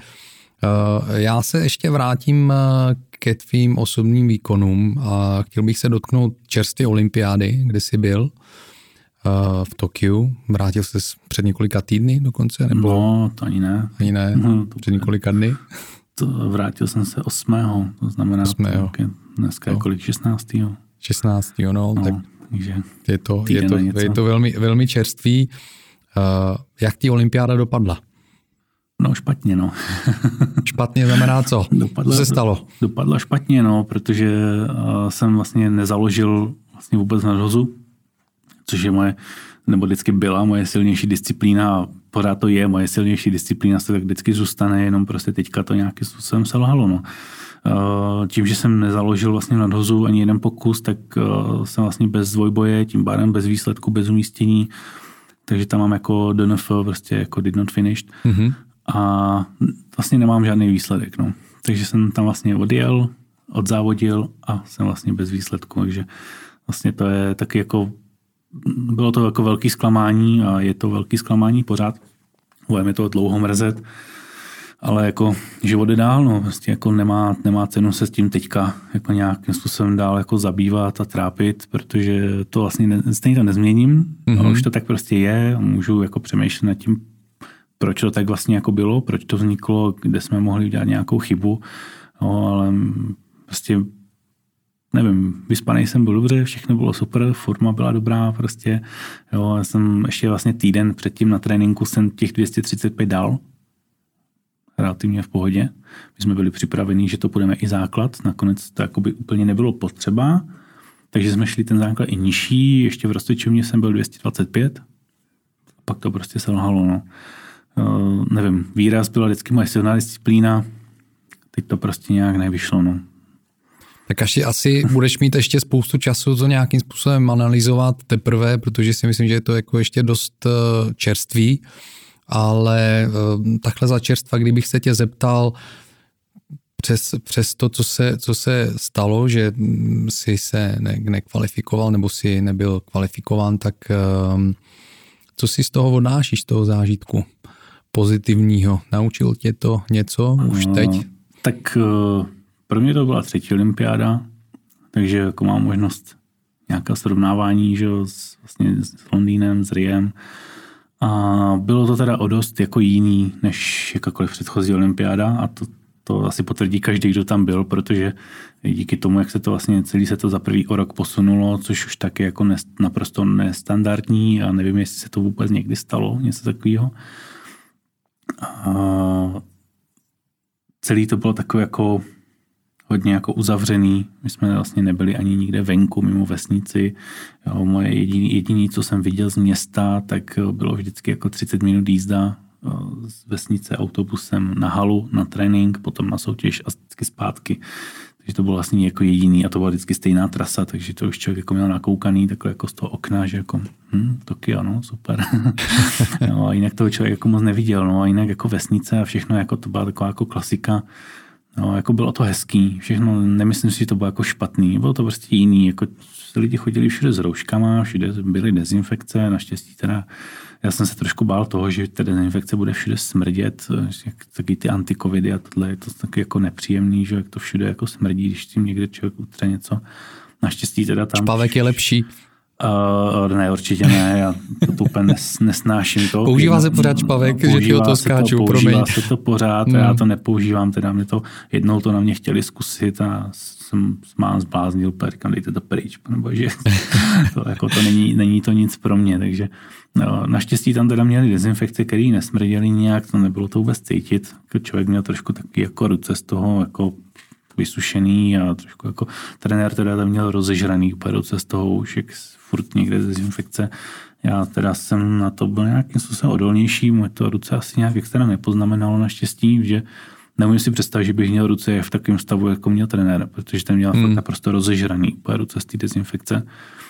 Já se ještě vrátím ke tvým osobním výkonům a chtěl bych se dotknout čerstvě olympiády, kde jsi byl. v Tokiu. Vrátil se před několika týdny dokonce? Nebo... No, to ani ne. Ani ne, no, to před několika dny? To vrátil jsem se osmého to znamená osmého To, dneska je kolik, šestnáctého šestnáctého no, no tak takže je to, je to, je to velmi, velmi čerstvý. Uh, jak ti olympiáda dopadla? No špatně, no. Špatně znamená co? Dopadla, co se stalo? Dopadla špatně, no, protože uh, jsem vlastně nezaložil vlastně vůbec nadhozu, což je moje, nebo vždycky byla moje silnější disciplína a pořád to je moje silnější disciplína, se tak vždycky zůstane, jenom prostě teďka to nějakým způsobem selhalo, no. Uh, tím, že jsem nezaložil vlastně nadhozu ani jeden pokus, tak uh, jsem vlastně bez dvojboje, tím pádem bez výsledku, bez umístění, takže tam mám jako D N F, prostě jako did not finished. Mm-hmm. A vlastně nemám žádný výsledek, no. Takže jsem tam vlastně odjel, odzávodil a jsem vlastně bez výsledku, takže vlastně to je taky jako, bylo to jako velký zklamání a je to velký zklamání pořád. Budeme to dlouho mrzet, ale jako život je dál, no, prostě jako nemá, nemá cenu se s tím teďka jako nějakým způsobem dál jako zabývat a trápit, protože to vlastně ne, stejně to nezměním, mm-hmm. ale už to tak prostě je, můžu jako přemýšlet nad tím, proč to tak vlastně jako bylo, proč to vzniklo, kde jsme mohli udělat nějakou chybu, no, ale prostě nevím, vyspanej jsem byl dobře, všechno bylo super, forma byla dobrá prostě, jo, já jsem ještě vlastně týden předtím na tréninku jsem těch dvě stě třicet pět dal, relativně v pohodě. My jsme byli připraveni, že to půjdeme i základ, nakonec to jakoby úplně nebylo potřeba, takže jsme šli ten základ i nižší, ještě v Roztočovně jsem byl dvě stě dvacet pět, pak to prostě selhalo, no. Uh, nevím, výraz byla vždycky moje silná disciplína, teď to prostě nějak nevyšlo, no. Tak až asi budeš mít ještě spoustu času to nějakým způsobem analyzovat teprve, protože si myslím, že je to jako ještě dost uh, čerstvý, ale uh, takhle za čerstva, kdybych se tě zeptal přes, přes to, co se, co se stalo, že jsi se ne, nekvalifikoval nebo jsi nebyl kvalifikován, tak uh, co si z toho odnášíš, z toho zážitku pozitivního? Naučil tě to něco už teď? No, tak uh, pro mě to byla třetí olympiáda, takže jako mám možnost nějaká srovnávání, že jo, s, vlastně s Londýnem, s Riem. A bylo to teda o dost jako jiný, než jakákoliv předchozí olympiáda a to, to asi potvrdí každý, kdo tam byl, protože díky tomu, jak se to vlastně celý se to za prvý o rok posunulo, což už taky jako ne, naprosto nestandardní a nevím, jestli se to vůbec někdy stalo, něco takového. A celý to bylo takové jako hodně jako uzavřený. My jsme vlastně nebyli ani nikde venku, mimo vesnici. Jo, moje jediný, jediný, co jsem viděl z města, tak bylo vždycky jako třicet minut jízda z vesnice autobusem na halu, na trénink, potom na soutěž a vždycky zpátky. Takže to bylo vlastně jako jediný a to byla vždycky stejná trasa, takže to už člověk jako měl nakoukaný takhle jako z toho okna, že jako hm, Tokio, no, super. No, a jinak toho člověk jako moc neviděl, no a jinak jako vesnice a všechno, jako to byla taková jako klasika. No, jako bylo to hezký, všechno, nemyslím si, že to bylo jako špatný, bylo to prostě jiný, jako lidi chodili všude s rouškama, všude byly dezinfekce, naštěstí teda, já jsem se trošku bál toho, že ta dezinfekce bude všude smrdět, taky ty antikovidy a tohle je to taky jako nepříjemný, že jak to všude jako smrdí, když tím někde člověk utře něco, naštěstí teda tam... Špavek je lepší. Uh, ne, určitě ne, já to úplně nes, nesnáším to. Používá se pořád špavek, no, že ti o to skáču, to, promiň. Používá se to pořád a mm. já to nepoužívám, teda mě to, jednou to na mě chtěli zkusit a jsem mám zbláznil, říkám, dejte to pryč, bože, to, jako to není, není to nic pro mě, takže no, naštěstí tam teda měli dezinfekce, které nesmrděly nějak, to nebylo to vůbec cítit, člověk měl trošku taky jako ruce z toho, jako vysušený a trošku jako trenér teda tam měl rozežraný úplně ruce z toho už, jak furt někde dezinfekce. Já teda jsem na to byl nějakým způsobem odolnější, moje to ruce asi nějak extra nepoznamenalo naštěstí, že nemůžu si představit, že bych měl ruce v takovém stavu, jako měl trenér, protože ten měl hmm. fakt naprosto rozežraný úplně ruce z té dezinfekce.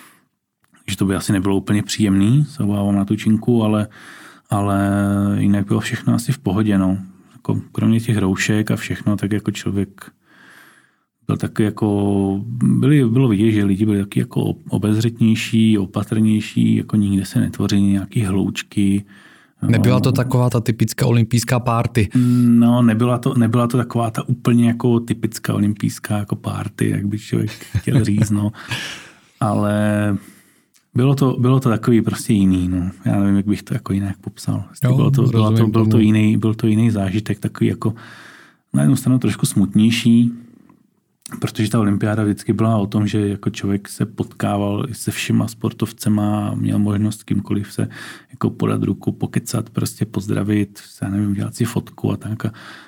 Takže to by asi nebylo úplně příjemný, se obávám na tu činku, ale, ale jinak bylo všechno asi v pohodě. No. Jako, kromě těch roušek a všechno, tak jako člověk byl taky jako, byli, bylo vidět, že lidi byli taky jako obezřetnější, opatrnější, jako nikde se netvoří nějaký hloučky. Nebyla to taková ta typická olympijská party? No, nebyla to, nebyla to taková ta úplně jako typická olympijská jako party, jak by člověk chtěl říct, no. Ale Bylo to, bylo to takový prostě jiný, no. Já nevím, jak bych to jako jinak popsal. Jo, bylo to, bylo to, byl, to jiný, byl to jiný zážitek, takový jako na jednu stranu trošku smutnější, protože ta olympiáda vždycky byla o tom, že jako člověk se potkával se všema sportovcema a měl možnost kýmkoliv se jako podat ruku, pokecat, prostě pozdravit, já nevím, dělat si fotku a tak.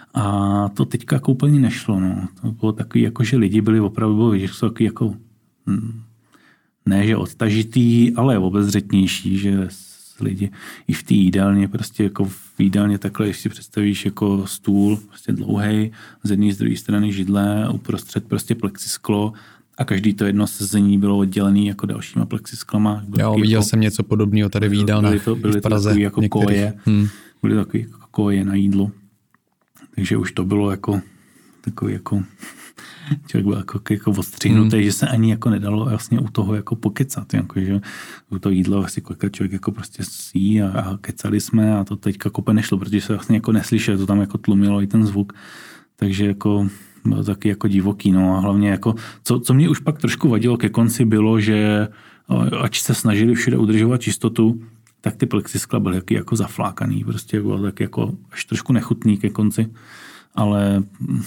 A to teďka jako úplně nešlo, no. To bylo takový, jako že lidi byli opravdu, bylo, že jsou takový jako hm, ne, že odtažitý, ale obezřetnější, že lidi i v té jídelně, prostě jako v jídelně takhle, když si představíš jako stůl, prostě dlouhej, z jedné z druhé strany židle, uprostřed prostě plexisklo a každý to jedno sezení bylo oddělené jako dalšíma plexisklama. Jo, viděl jako, jsem něco podobného tady v jídelnách. Byly to, byly v Praze, to takový jako některých. koje, hmm. byly takový jako koje na jídlo. Takže už to bylo jako takový jako člověk byl jako, jako odstřihnutý, hmm. že se ani jako nedalo vlastně u toho jako pokecat, jako, že u toho jídla vlastně kolikrát člověk jako prostě sjí a, a kecali jsme a to teďka kope nešlo, protože se vlastně jako neslyšel, to tam jako tlumilo i ten zvuk, takže jako bylo taky jako divoký, no a hlavně jako, co, co mě už pak trošku vadilo ke konci bylo, že ač se snažili všude udržovat čistotu, tak ty plexiskla byly taky jako zaflákaný, prostě bylo tak jako až trošku nechutný ke konci, ale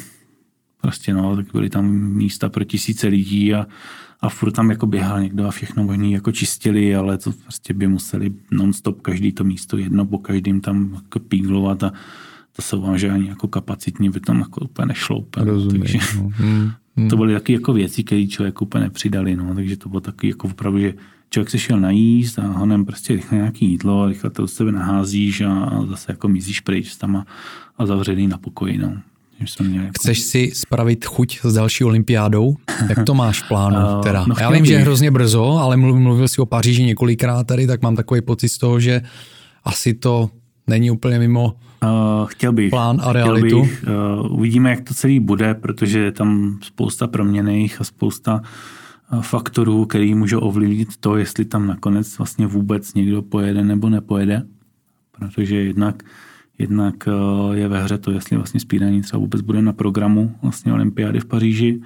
prostě no, tak byly tam místa pro tisíce lidí a, a furt tam jako běhal někdo a všechno možný jako čistili, ale to prostě by museli non-stop každý to místo jedno po každým tam jako píglovat a to se vám, že ani jako kapacitně by tam jako úplně nešlo. Úplně, Rozumím, takže no. hmm, hmm. To byly taky jako věci, které člověk úplně nepřidali, no, takže to bylo taky jako opravdu, že člověk se šel najíst a honem prostě rychle nějaký jídlo a rychle to od sebe naházíš a, a zase jako mizíš pryč tam a, a zavřený na pokoji, no. Jako... Chceš si spravit chuť s další olympiádou? Jak to máš v plánu? Teda? No, Já vím, bych. že je hrozně brzo, ale mluvil, mluvil si o Paříži několikrát tady, tak mám takový pocit z toho, že asi to není úplně mimo uh, chtěl bych, plán a chtěl realitu. Bych, uh, uvidíme, jak to celý bude, protože je tam spousta proměnných a spousta uh, faktorů, který můžou ovlivnit to, jestli tam nakonec vlastně vůbec někdo pojede nebo nepojede. Protože jednak Jednak je ve hře to, jestli vlastně spídání třeba vůbec bude na programu vlastně olympiády v Paříži.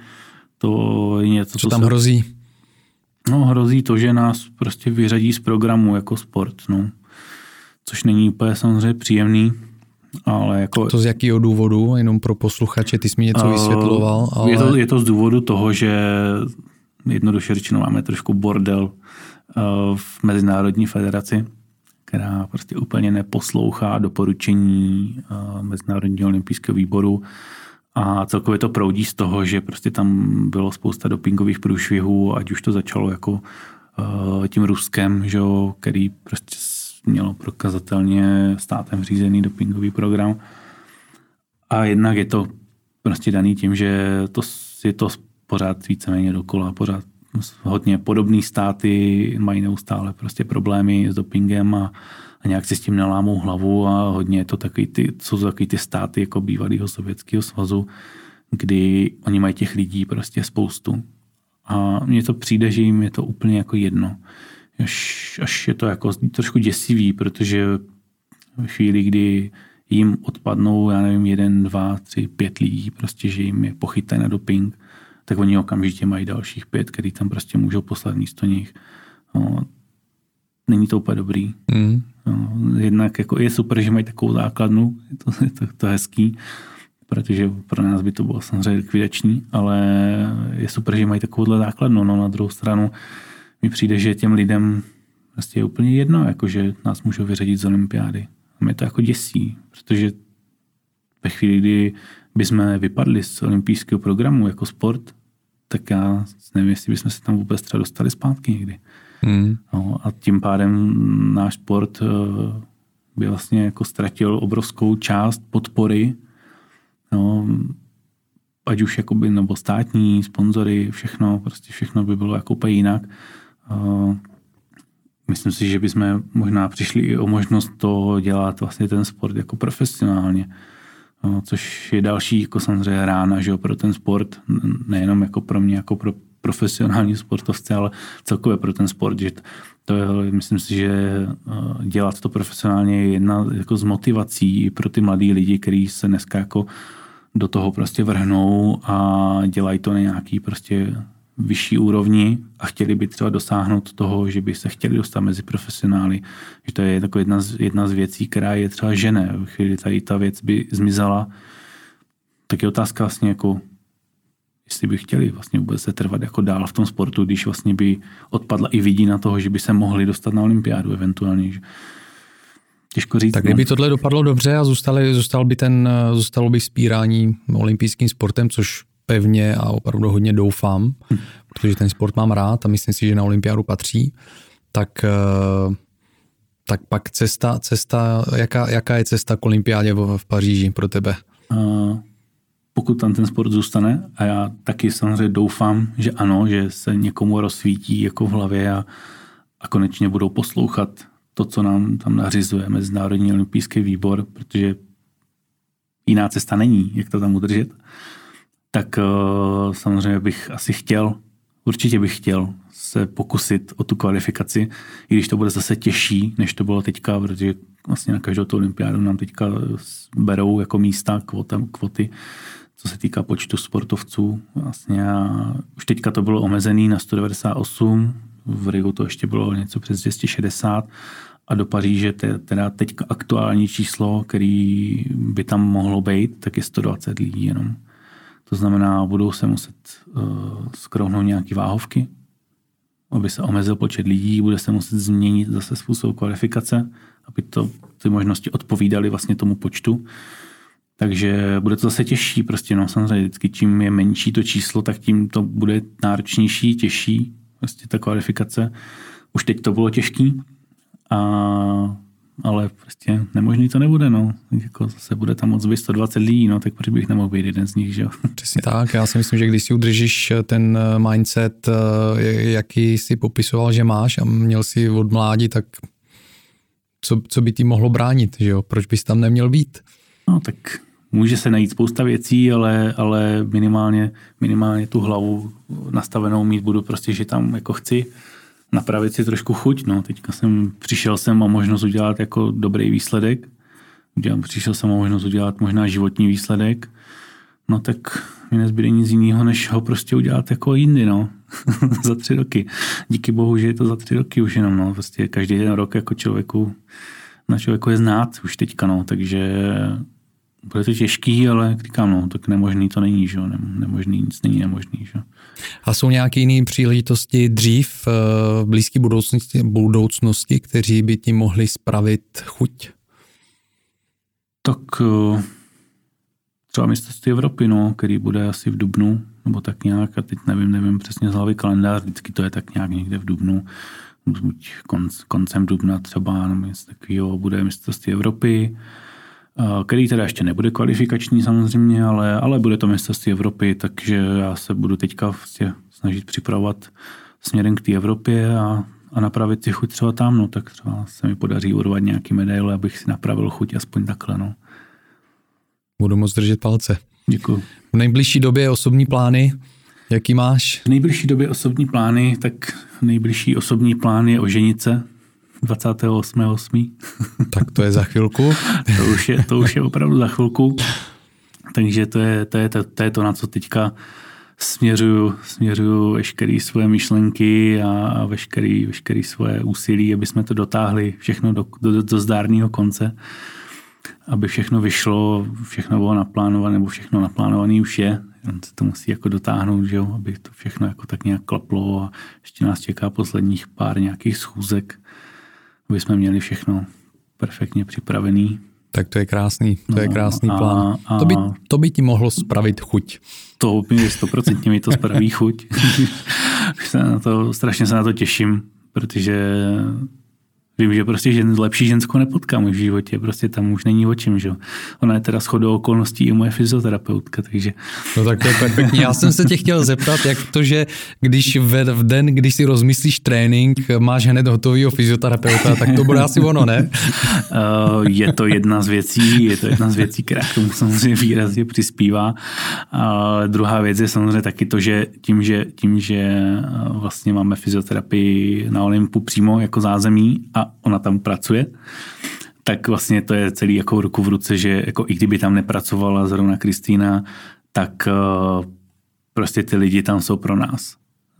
To je něco, co, co tam se... hrozí? No, hrozí to, že nás prostě vyřadí z programu jako sport, no. Což není úplně samozřejmě příjemný, ale jako... To z jakého důvodu? Jenom pro posluchače, ty jsi mi něco vysvětloval, ale... Je to, je to z důvodu toho, že jednoduše řečeno máme trošku bordel v Mezinárodní federaci, která prostě úplně neposlouchá doporučení Mezinárodního olympijského výboru a celkově to proudí z toho, že prostě tam bylo spousta dopingových průšvihů, ať už to začalo jako tím Ruskem, že, který prostě mělo prokazatelně státem řízený dopingový program. A jednak je to prostě daný tím, že to je to pořád víceméně dokola, pořád hodně podobné státy mají neustále prostě problémy s dopingem a, a nějak si s tím nelámou hlavu a hodně je to takový ty, jsou to takový ty státy jako bývalého Sovětského svazu, kdy oni mají těch lidí prostě spoustu. A mně to přijde, že jim je to úplně jako jedno. Až, až je to jako trošku děsivý, protože v chvíli, kdy jim odpadnou, já nevím, jeden, dva, tři, pět lidí, prostě, že jim je pochytají na doping, tak oni okamžitě mají dalších pět, který tam prostě můžou poslat místo nich. No, není to úplně dobrý. Mm. No, jednak jako je super, že mají takovou základnu, je to, je to, to hezký, protože pro nás by to bylo samozřejmě likvidační, ale je super, že mají takovouhle základnu. No, na druhou stranu mi přijde, že těm lidem prostě je úplně jedno, jako že nás můžou vyřadit z olympiády. A mě to jako děsí, protože ve chvíli, kdy bychom vypadli z olympijského programu jako sport, tak já nevím, jestli bychom se tam vůbec třeba dostali zpátky někdy. Hmm. No, a tím pádem náš sport by vlastně jako ztratil obrovskou část podpory, no, ať už jakoby, nebo státní, sponzory, všechno, prostě všechno by bylo jako úplně jinak. Myslím si, že bychom možná přišli i o možnost to dělat vlastně ten sport jako profesionálně. No, což je další jako samozřejmě rána, že jo, pro ten sport, nejenom jako pro mě, jako pro profesionální sportovce, ale celkově pro ten sport, že to je, myslím si, že dělat to profesionálně je jedna jako z motivací pro ty mladý lidi, kteří se dneska jako do toho prostě vrhnou a dělají to na nějaký prostě vyšší úrovni a chtěli by třeba dosáhnout toho, že by se chtěli dostat mezi profesionály. Že to je jako jedna z, jedna z věcí, která je třeba žene. V chvíli tady ta věc by zmizela, tak je otázka vlastně jako, jestli by chtěli vlastně vůbec se trvat jako dál v tom sportu, když vlastně by odpadla i vidina toho, že by se mohli dostat na olympiádu eventuálně. Těžko říct. Tak kdyby tohle dopadlo dobře a zůstali, zůstal by ten, zůstalo by vzpírání olympijským sportem, což pevně a opravdu hodně doufám, hm. protože ten sport mám rád a myslím si, že na olympiádu patří, tak, tak pak cesta, cesta jaká, jaká je cesta k olympiádě v, v Paříži pro tebe? Uh, pokud tam ten sport zůstane, a já taky samozřejmě doufám, že ano, že se někomu rozsvítí jako v hlavě a, a konečně budou poslouchat to, co nám tam nařizuje Mezinárodní olympijský výbor, protože jiná cesta není, jak to tam udržet, tak uh, samozřejmě bych asi chtěl, určitě bych chtěl se pokusit o tu kvalifikaci, i když to bude zase těžší, než to bylo teďka, protože vlastně na každou tu olympiádu nám teďka berou jako místa, kvota, kvoty, co se týká počtu sportovců. Vlastně a už teďka to bylo omezený na sto devadesát osm, v Riu to ještě bylo něco přes dvě stě šedesát a do Paříže teda teďka aktuální číslo, který by tam mohlo být, tak je sto dvacet lidí jenom. To znamená, budou se muset uh, skrouhnout nějaké váhovky, aby se omezil počet lidí, bude se muset změnit zase způsob kvalifikace, aby to, ty možnosti odpovídaly vlastně tomu počtu. Takže bude to zase těžší, prostě no samozřejmě vždycky čím je menší to číslo, tak tím to bude náročnější, těžší, prostě ta kvalifikace. Už teď to bylo těžký, a, ale prostě nemožný to nebude, no. Jako zase bude tam moc být sto dvacet lidí, no, tak proč bych nemohl být jeden z nich, že jo. Přesně tak, já si myslím, že když si udržíš ten mindset, jaký si popisoval, že máš a měl si od mládí, tak co, co by ti mohlo bránit, že jo, proč bys tam neměl být? No tak může se najít spousta věcí, ale, ale minimálně, minimálně tu hlavu nastavenou mít budu prostě, že tam jako chci napravit si trošku chuť. No. Teďka jsem přišel jsem o možnost udělat jako dobrý výsledek. Udělal, přišel jsem o možnost udělat možná životní výsledek. No tak mi nezbyde nic jiného, než ho prostě udělat jako jindy, no. Za tři roky. Díky bohu, že je to za tři roky už jenom, no. Prostě každý ten rok jako člověku, na člověku je znát už teďka, no. Takže bude to těžký, ale říkám, no, tak nemožný to není, že jo. Nemožný, nic není nemožný, že jo. A jsou nějaké jiné příležitosti dřív v blízké budoucnosti, budoucnosti, kteří by ti mohli spravit chuť? Tak třeba mistrovství Evropy, no, který bude asi v dubnu, nebo tak nějak, a teď nevím, nevím přesně z hlavy kalendář, vždycky to je tak nějak někde v dubnu, buď konc, koncem dubna třeba, nebo něco takového, bude mistrovství Evropy, který teda ještě nebude kvalifikační samozřejmě, ale, ale bude to mistrovství Evropy, takže já se budu teďka vlastně snažit připravovat směrem k té Evropě a, a napravit si chuť třeba tam, no tak třeba se mi podaří urvat nějaký medaile, abych si napravil chuť aspoň takhle, no. Budu moc držet palce. Děkuji. V nejbližší době osobní plány, jaký máš? V nejbližší době osobní plány, tak nejbližší osobní plán je oženit se dvacátého osmého osmého Tak to je za chvilku. to, už je, to už je opravdu za chvilku. Takže to je to, je to, to, je to na co teďka směřuju, směřuju veškeré svoje myšlenky a, a veškeré, veškeré svoje úsilí, aby jsme to dotáhli všechno do, do, do zdárného konce. Aby všechno vyšlo, všechno bylo naplánované, nebo všechno naplánované už je. On se to musí jako dotáhnout, že jo? Aby to všechno jako tak nějak klaplo a ještě nás čeká posledních pár nějakých schůzek, aby jsme měli všechno perfektně připravený. Tak to je krásný, to no, je krásný a, plán. A, to, by, to by ti mohlo spravit chuť. To mi stoprocentně mi to spraví chuť. se na to, strašně se na to těším, protože vím, že prostě žen, lepší ženskou nepotkám v životě, prostě tam už není o čem, že? Ona je teda shodou okolností i moje fyzioterapeutka, takže... No tak to je perfektní. Já jsem se tě chtěl zeptat, jak to, že když v, v den, když si rozmyslíš trénink, máš hned hotovýho fyzioterapeuta, tak to bude asi ono, ne? Uh, je to jedna z věcí, je to jedna z věcí, která k tomu samozřejmě výrazně přispívá. Uh, druhá věc je samozřejmě taky to, že tím, že, tím, že vlastně máme fyzioterapii na Olympu přímo jako zázemí a ona tam pracuje, tak vlastně to je celý jako ruku v ruce, že jako i kdyby tam nepracovala zrovna Kristýna, tak uh, prostě ty lidi tam jsou pro nás.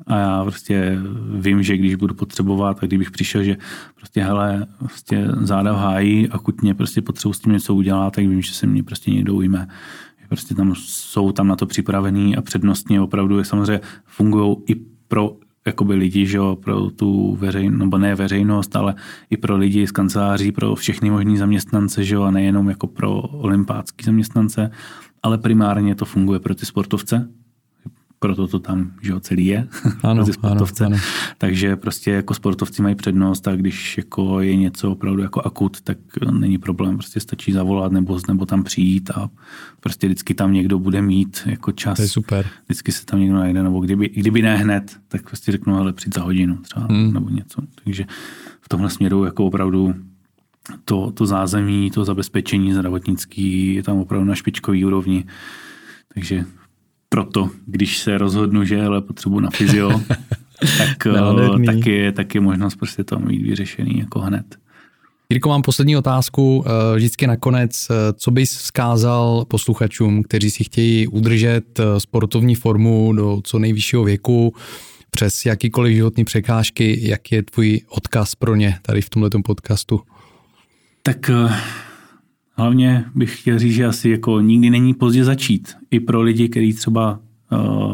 A já prostě vím, že když budu potřebovat, a kdybych přišel, že prostě hele, prostě záda v háji, akutně prostě potřebuji s tím něco udělat, tak vím, že se mě prostě někdo ujme. Prostě tam jsou tam na to připravený a přednostně opravdu je samozřejmě fungují i pro jakoby lidi, že jo, pro tu veřejnost, nebo ne veřejnost, ale i pro lidi z kanceláří, pro všechny možný zaměstnance, že jo, a nejenom jako pro olympácký zaměstnance, ale primárně to funguje pro ty sportovce. Proto to tam, že jo, celý je, ano, pro ty sportovce. Ano, ano. Takže prostě jako sportovci mají přednost a když jako je něco opravdu jako akut, tak není problém, prostě stačí zavolat nebo, nebo tam přijít a prostě vždycky tam někdo bude mít jako čas. To je super. Vždycky se tam někdo najde, nebo kdyby, kdyby ne hned, tak prostě řeknu, ale přijď za hodinu třeba, hmm. nebo něco. Takže v tomhle směru jako opravdu to, to zázemí, to zabezpečení zdravotnický je tam opravdu na špičkový úrovni. Takže proto, když se rozhodnu, že ale potřebuji na fyzio, tak, tak, je, tak je možnost prostě to mít vyřešený jako hned. Jirko, mám poslední otázku. Vždycky nakonec, co bys vzkázal posluchačům, kteří si chtějí udržet sportovní formu do co nejvyššího věku, přes jakýkoliv životní překážky, jak je tvůj odkaz pro ně tady v tomhletom podcastu? Tak hlavně bych chtěl říct, že asi jako nikdy není pozdě začít. I pro lidi, kteří třeba uh,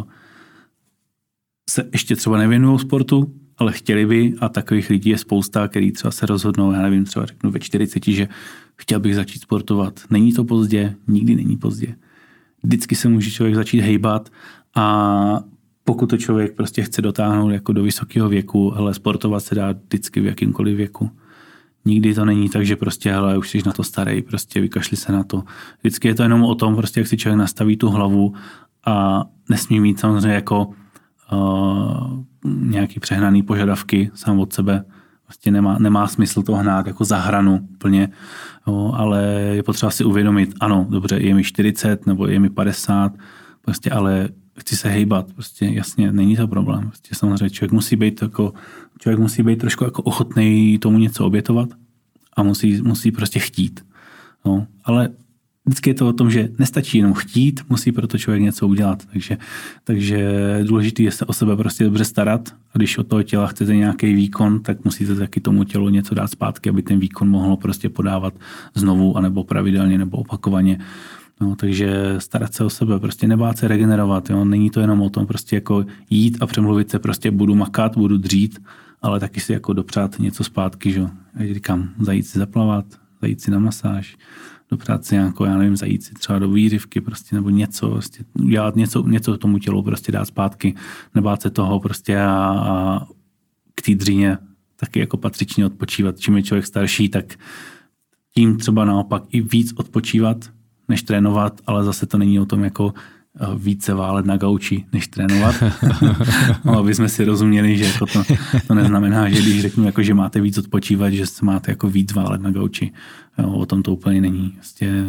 se ještě třeba nevěnují sportu, ale chtěli by, a takových lidí je spousta, který třeba se rozhodnou, já nevím, třeba řeknu ve čtyřiceti, že chtěl bych začít sportovat. Není to pozdě, nikdy není pozdě. Vždycky se může člověk začít hejbat a pokud to člověk prostě chce dotáhnout jako do vysokého věku, hele, sportovat se dá vždycky v jakýmkoliv věku. Nikdy to není tak, že prostě, hele, už jsi na to starý, prostě vykašli se na to. Vždycky je to jenom o tom, prostě, jak si člověk nastaví tu hlavu a nesmí mít samozřejmě jako uh, nějaký přehnaný požadavky sám od sebe. Prostě nemá, nemá smysl to hnát jako za hranu plně, jo, ale je potřeba si uvědomit, ano, dobře, je mi čtyřicet nebo je mi padesát, prostě, ale chci se hejbat, prostě jasně, není to problém. Prostě samozřejmě člověk musí být jako, člověk musí být trošku jako ochotný tomu něco obětovat a musí, musí prostě chtít. No, ale vždycky je to o tom, že nestačí jenom chtít, musí proto člověk něco udělat. Takže, takže důležité je se o sebe prostě dobře starat a když od toho těla chcete nějaký výkon, tak musíte taky tomu tělu něco dát zpátky, aby ten výkon mohlo prostě podávat znovu, anebo pravidelně, nebo opakovaně. No, takže starat se o sebe, prostě nebát se regenerovat. Jo? Není to jenom o tom prostě jako jít a přemluvit se, prostě budu makat, budu dřít, ale taky si jako dopřát něco zpátky. Že? Já říkám, zajít si zaplavat, zajít si na masáž, dopřát si nějakou, já nevím, zajít si třeba do výřivky prostě, nebo něco, prostě udělat něco, něco tomu tělu, prostě dát zpátky, nebát se toho prostě a, a k té dříně taky jako patřičně odpočívat. Čím je člověk starší, tak tím třeba naopak i víc odpočívat, než trénovat, ale zase to není o tom jako více válet na gauči, než trénovat. No, aby jsme si rozuměli, že jako to, to neznamená, že když řeknu, jako, že máte víc odpočívat, že se máte jako víc válet na gauči. Jo, o tom to úplně není. Prostě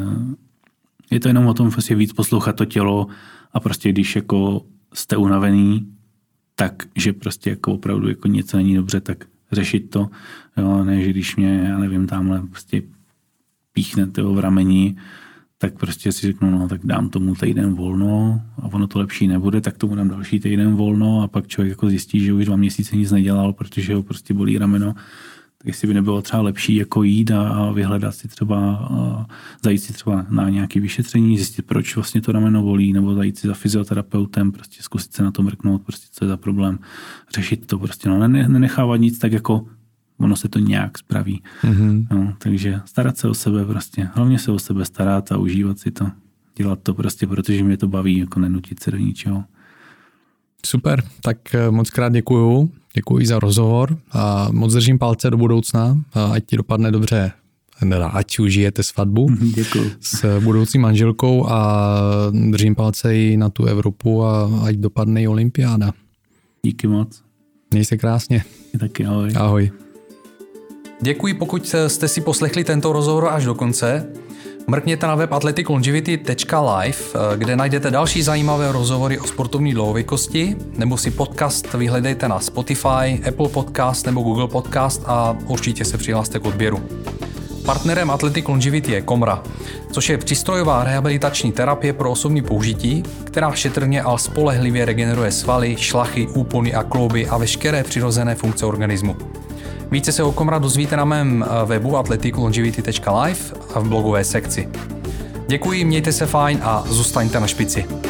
je to jenom o tom prostě víc poslouchat to tělo a prostě když jako jste unavený, tak že prostě jako opravdu jako něco není dobře, tak řešit to. Jo, ne, že když mě, já nevím, tamhle prostě píchnete v rameni, tak prostě si řeknu, no tak dám tomu týden volno a ono to lepší nebude, tak tomu dám další týden volno a pak člověk jako zjistí, že už dva měsíce nic nedělal, protože ho prostě bolí rameno. Tak jestli by nebylo třeba lepší jako jít a, a vyhledat si třeba, a zajít si třeba na nějaké vyšetření, zjistit, proč vlastně to rameno bolí, nebo zajít si za fyzioterapeutem, prostě zkusit se na to mrknout, prostě co je za problém, řešit to prostě, no nenechávat nic tak jako ono se to nějak spraví. Mm-hmm. No, takže starat se o sebe prostě. Hlavně se o sebe starat a užívat si to. Dělat to prostě, protože mě to baví, jako nenutit se do ničeho. Super, tak moc krát děkuju. Děkuji za rozhovor a moc držím palce do budoucna. Ať ti dopadne dobře, ať užijete svatbu Děkuju. s budoucí manželkou a držím palce i na tu Evropu a ať dopadne i olympiáda. Díky moc. Měj se krásně. Taky ahoj. Ahoj. Děkuji, pokud jste si poslechli tento rozhovor až do konce. Mrkněte na web athletic longevity tečka live, kde najdete další zajímavé rozhovory o sportovní dlouhověkosti, nebo si podcast vyhledejte na Spotify, Apple Podcast nebo Google Podcast a určitě se přihlaste k odběru. Partnerem Athletic Longevity je Komra, což je přístrojová rehabilitační terapie pro osobní použití, která šetrně a spolehlivě regeneruje svaly, šlachy, úpony a klouby a veškeré přirozené funkce organismu. Více se o Komra dozvíte na mém webu athletic longevity tečka life a v blogové sekci. Děkuji, mějte se fajn a zůstaňte na špici.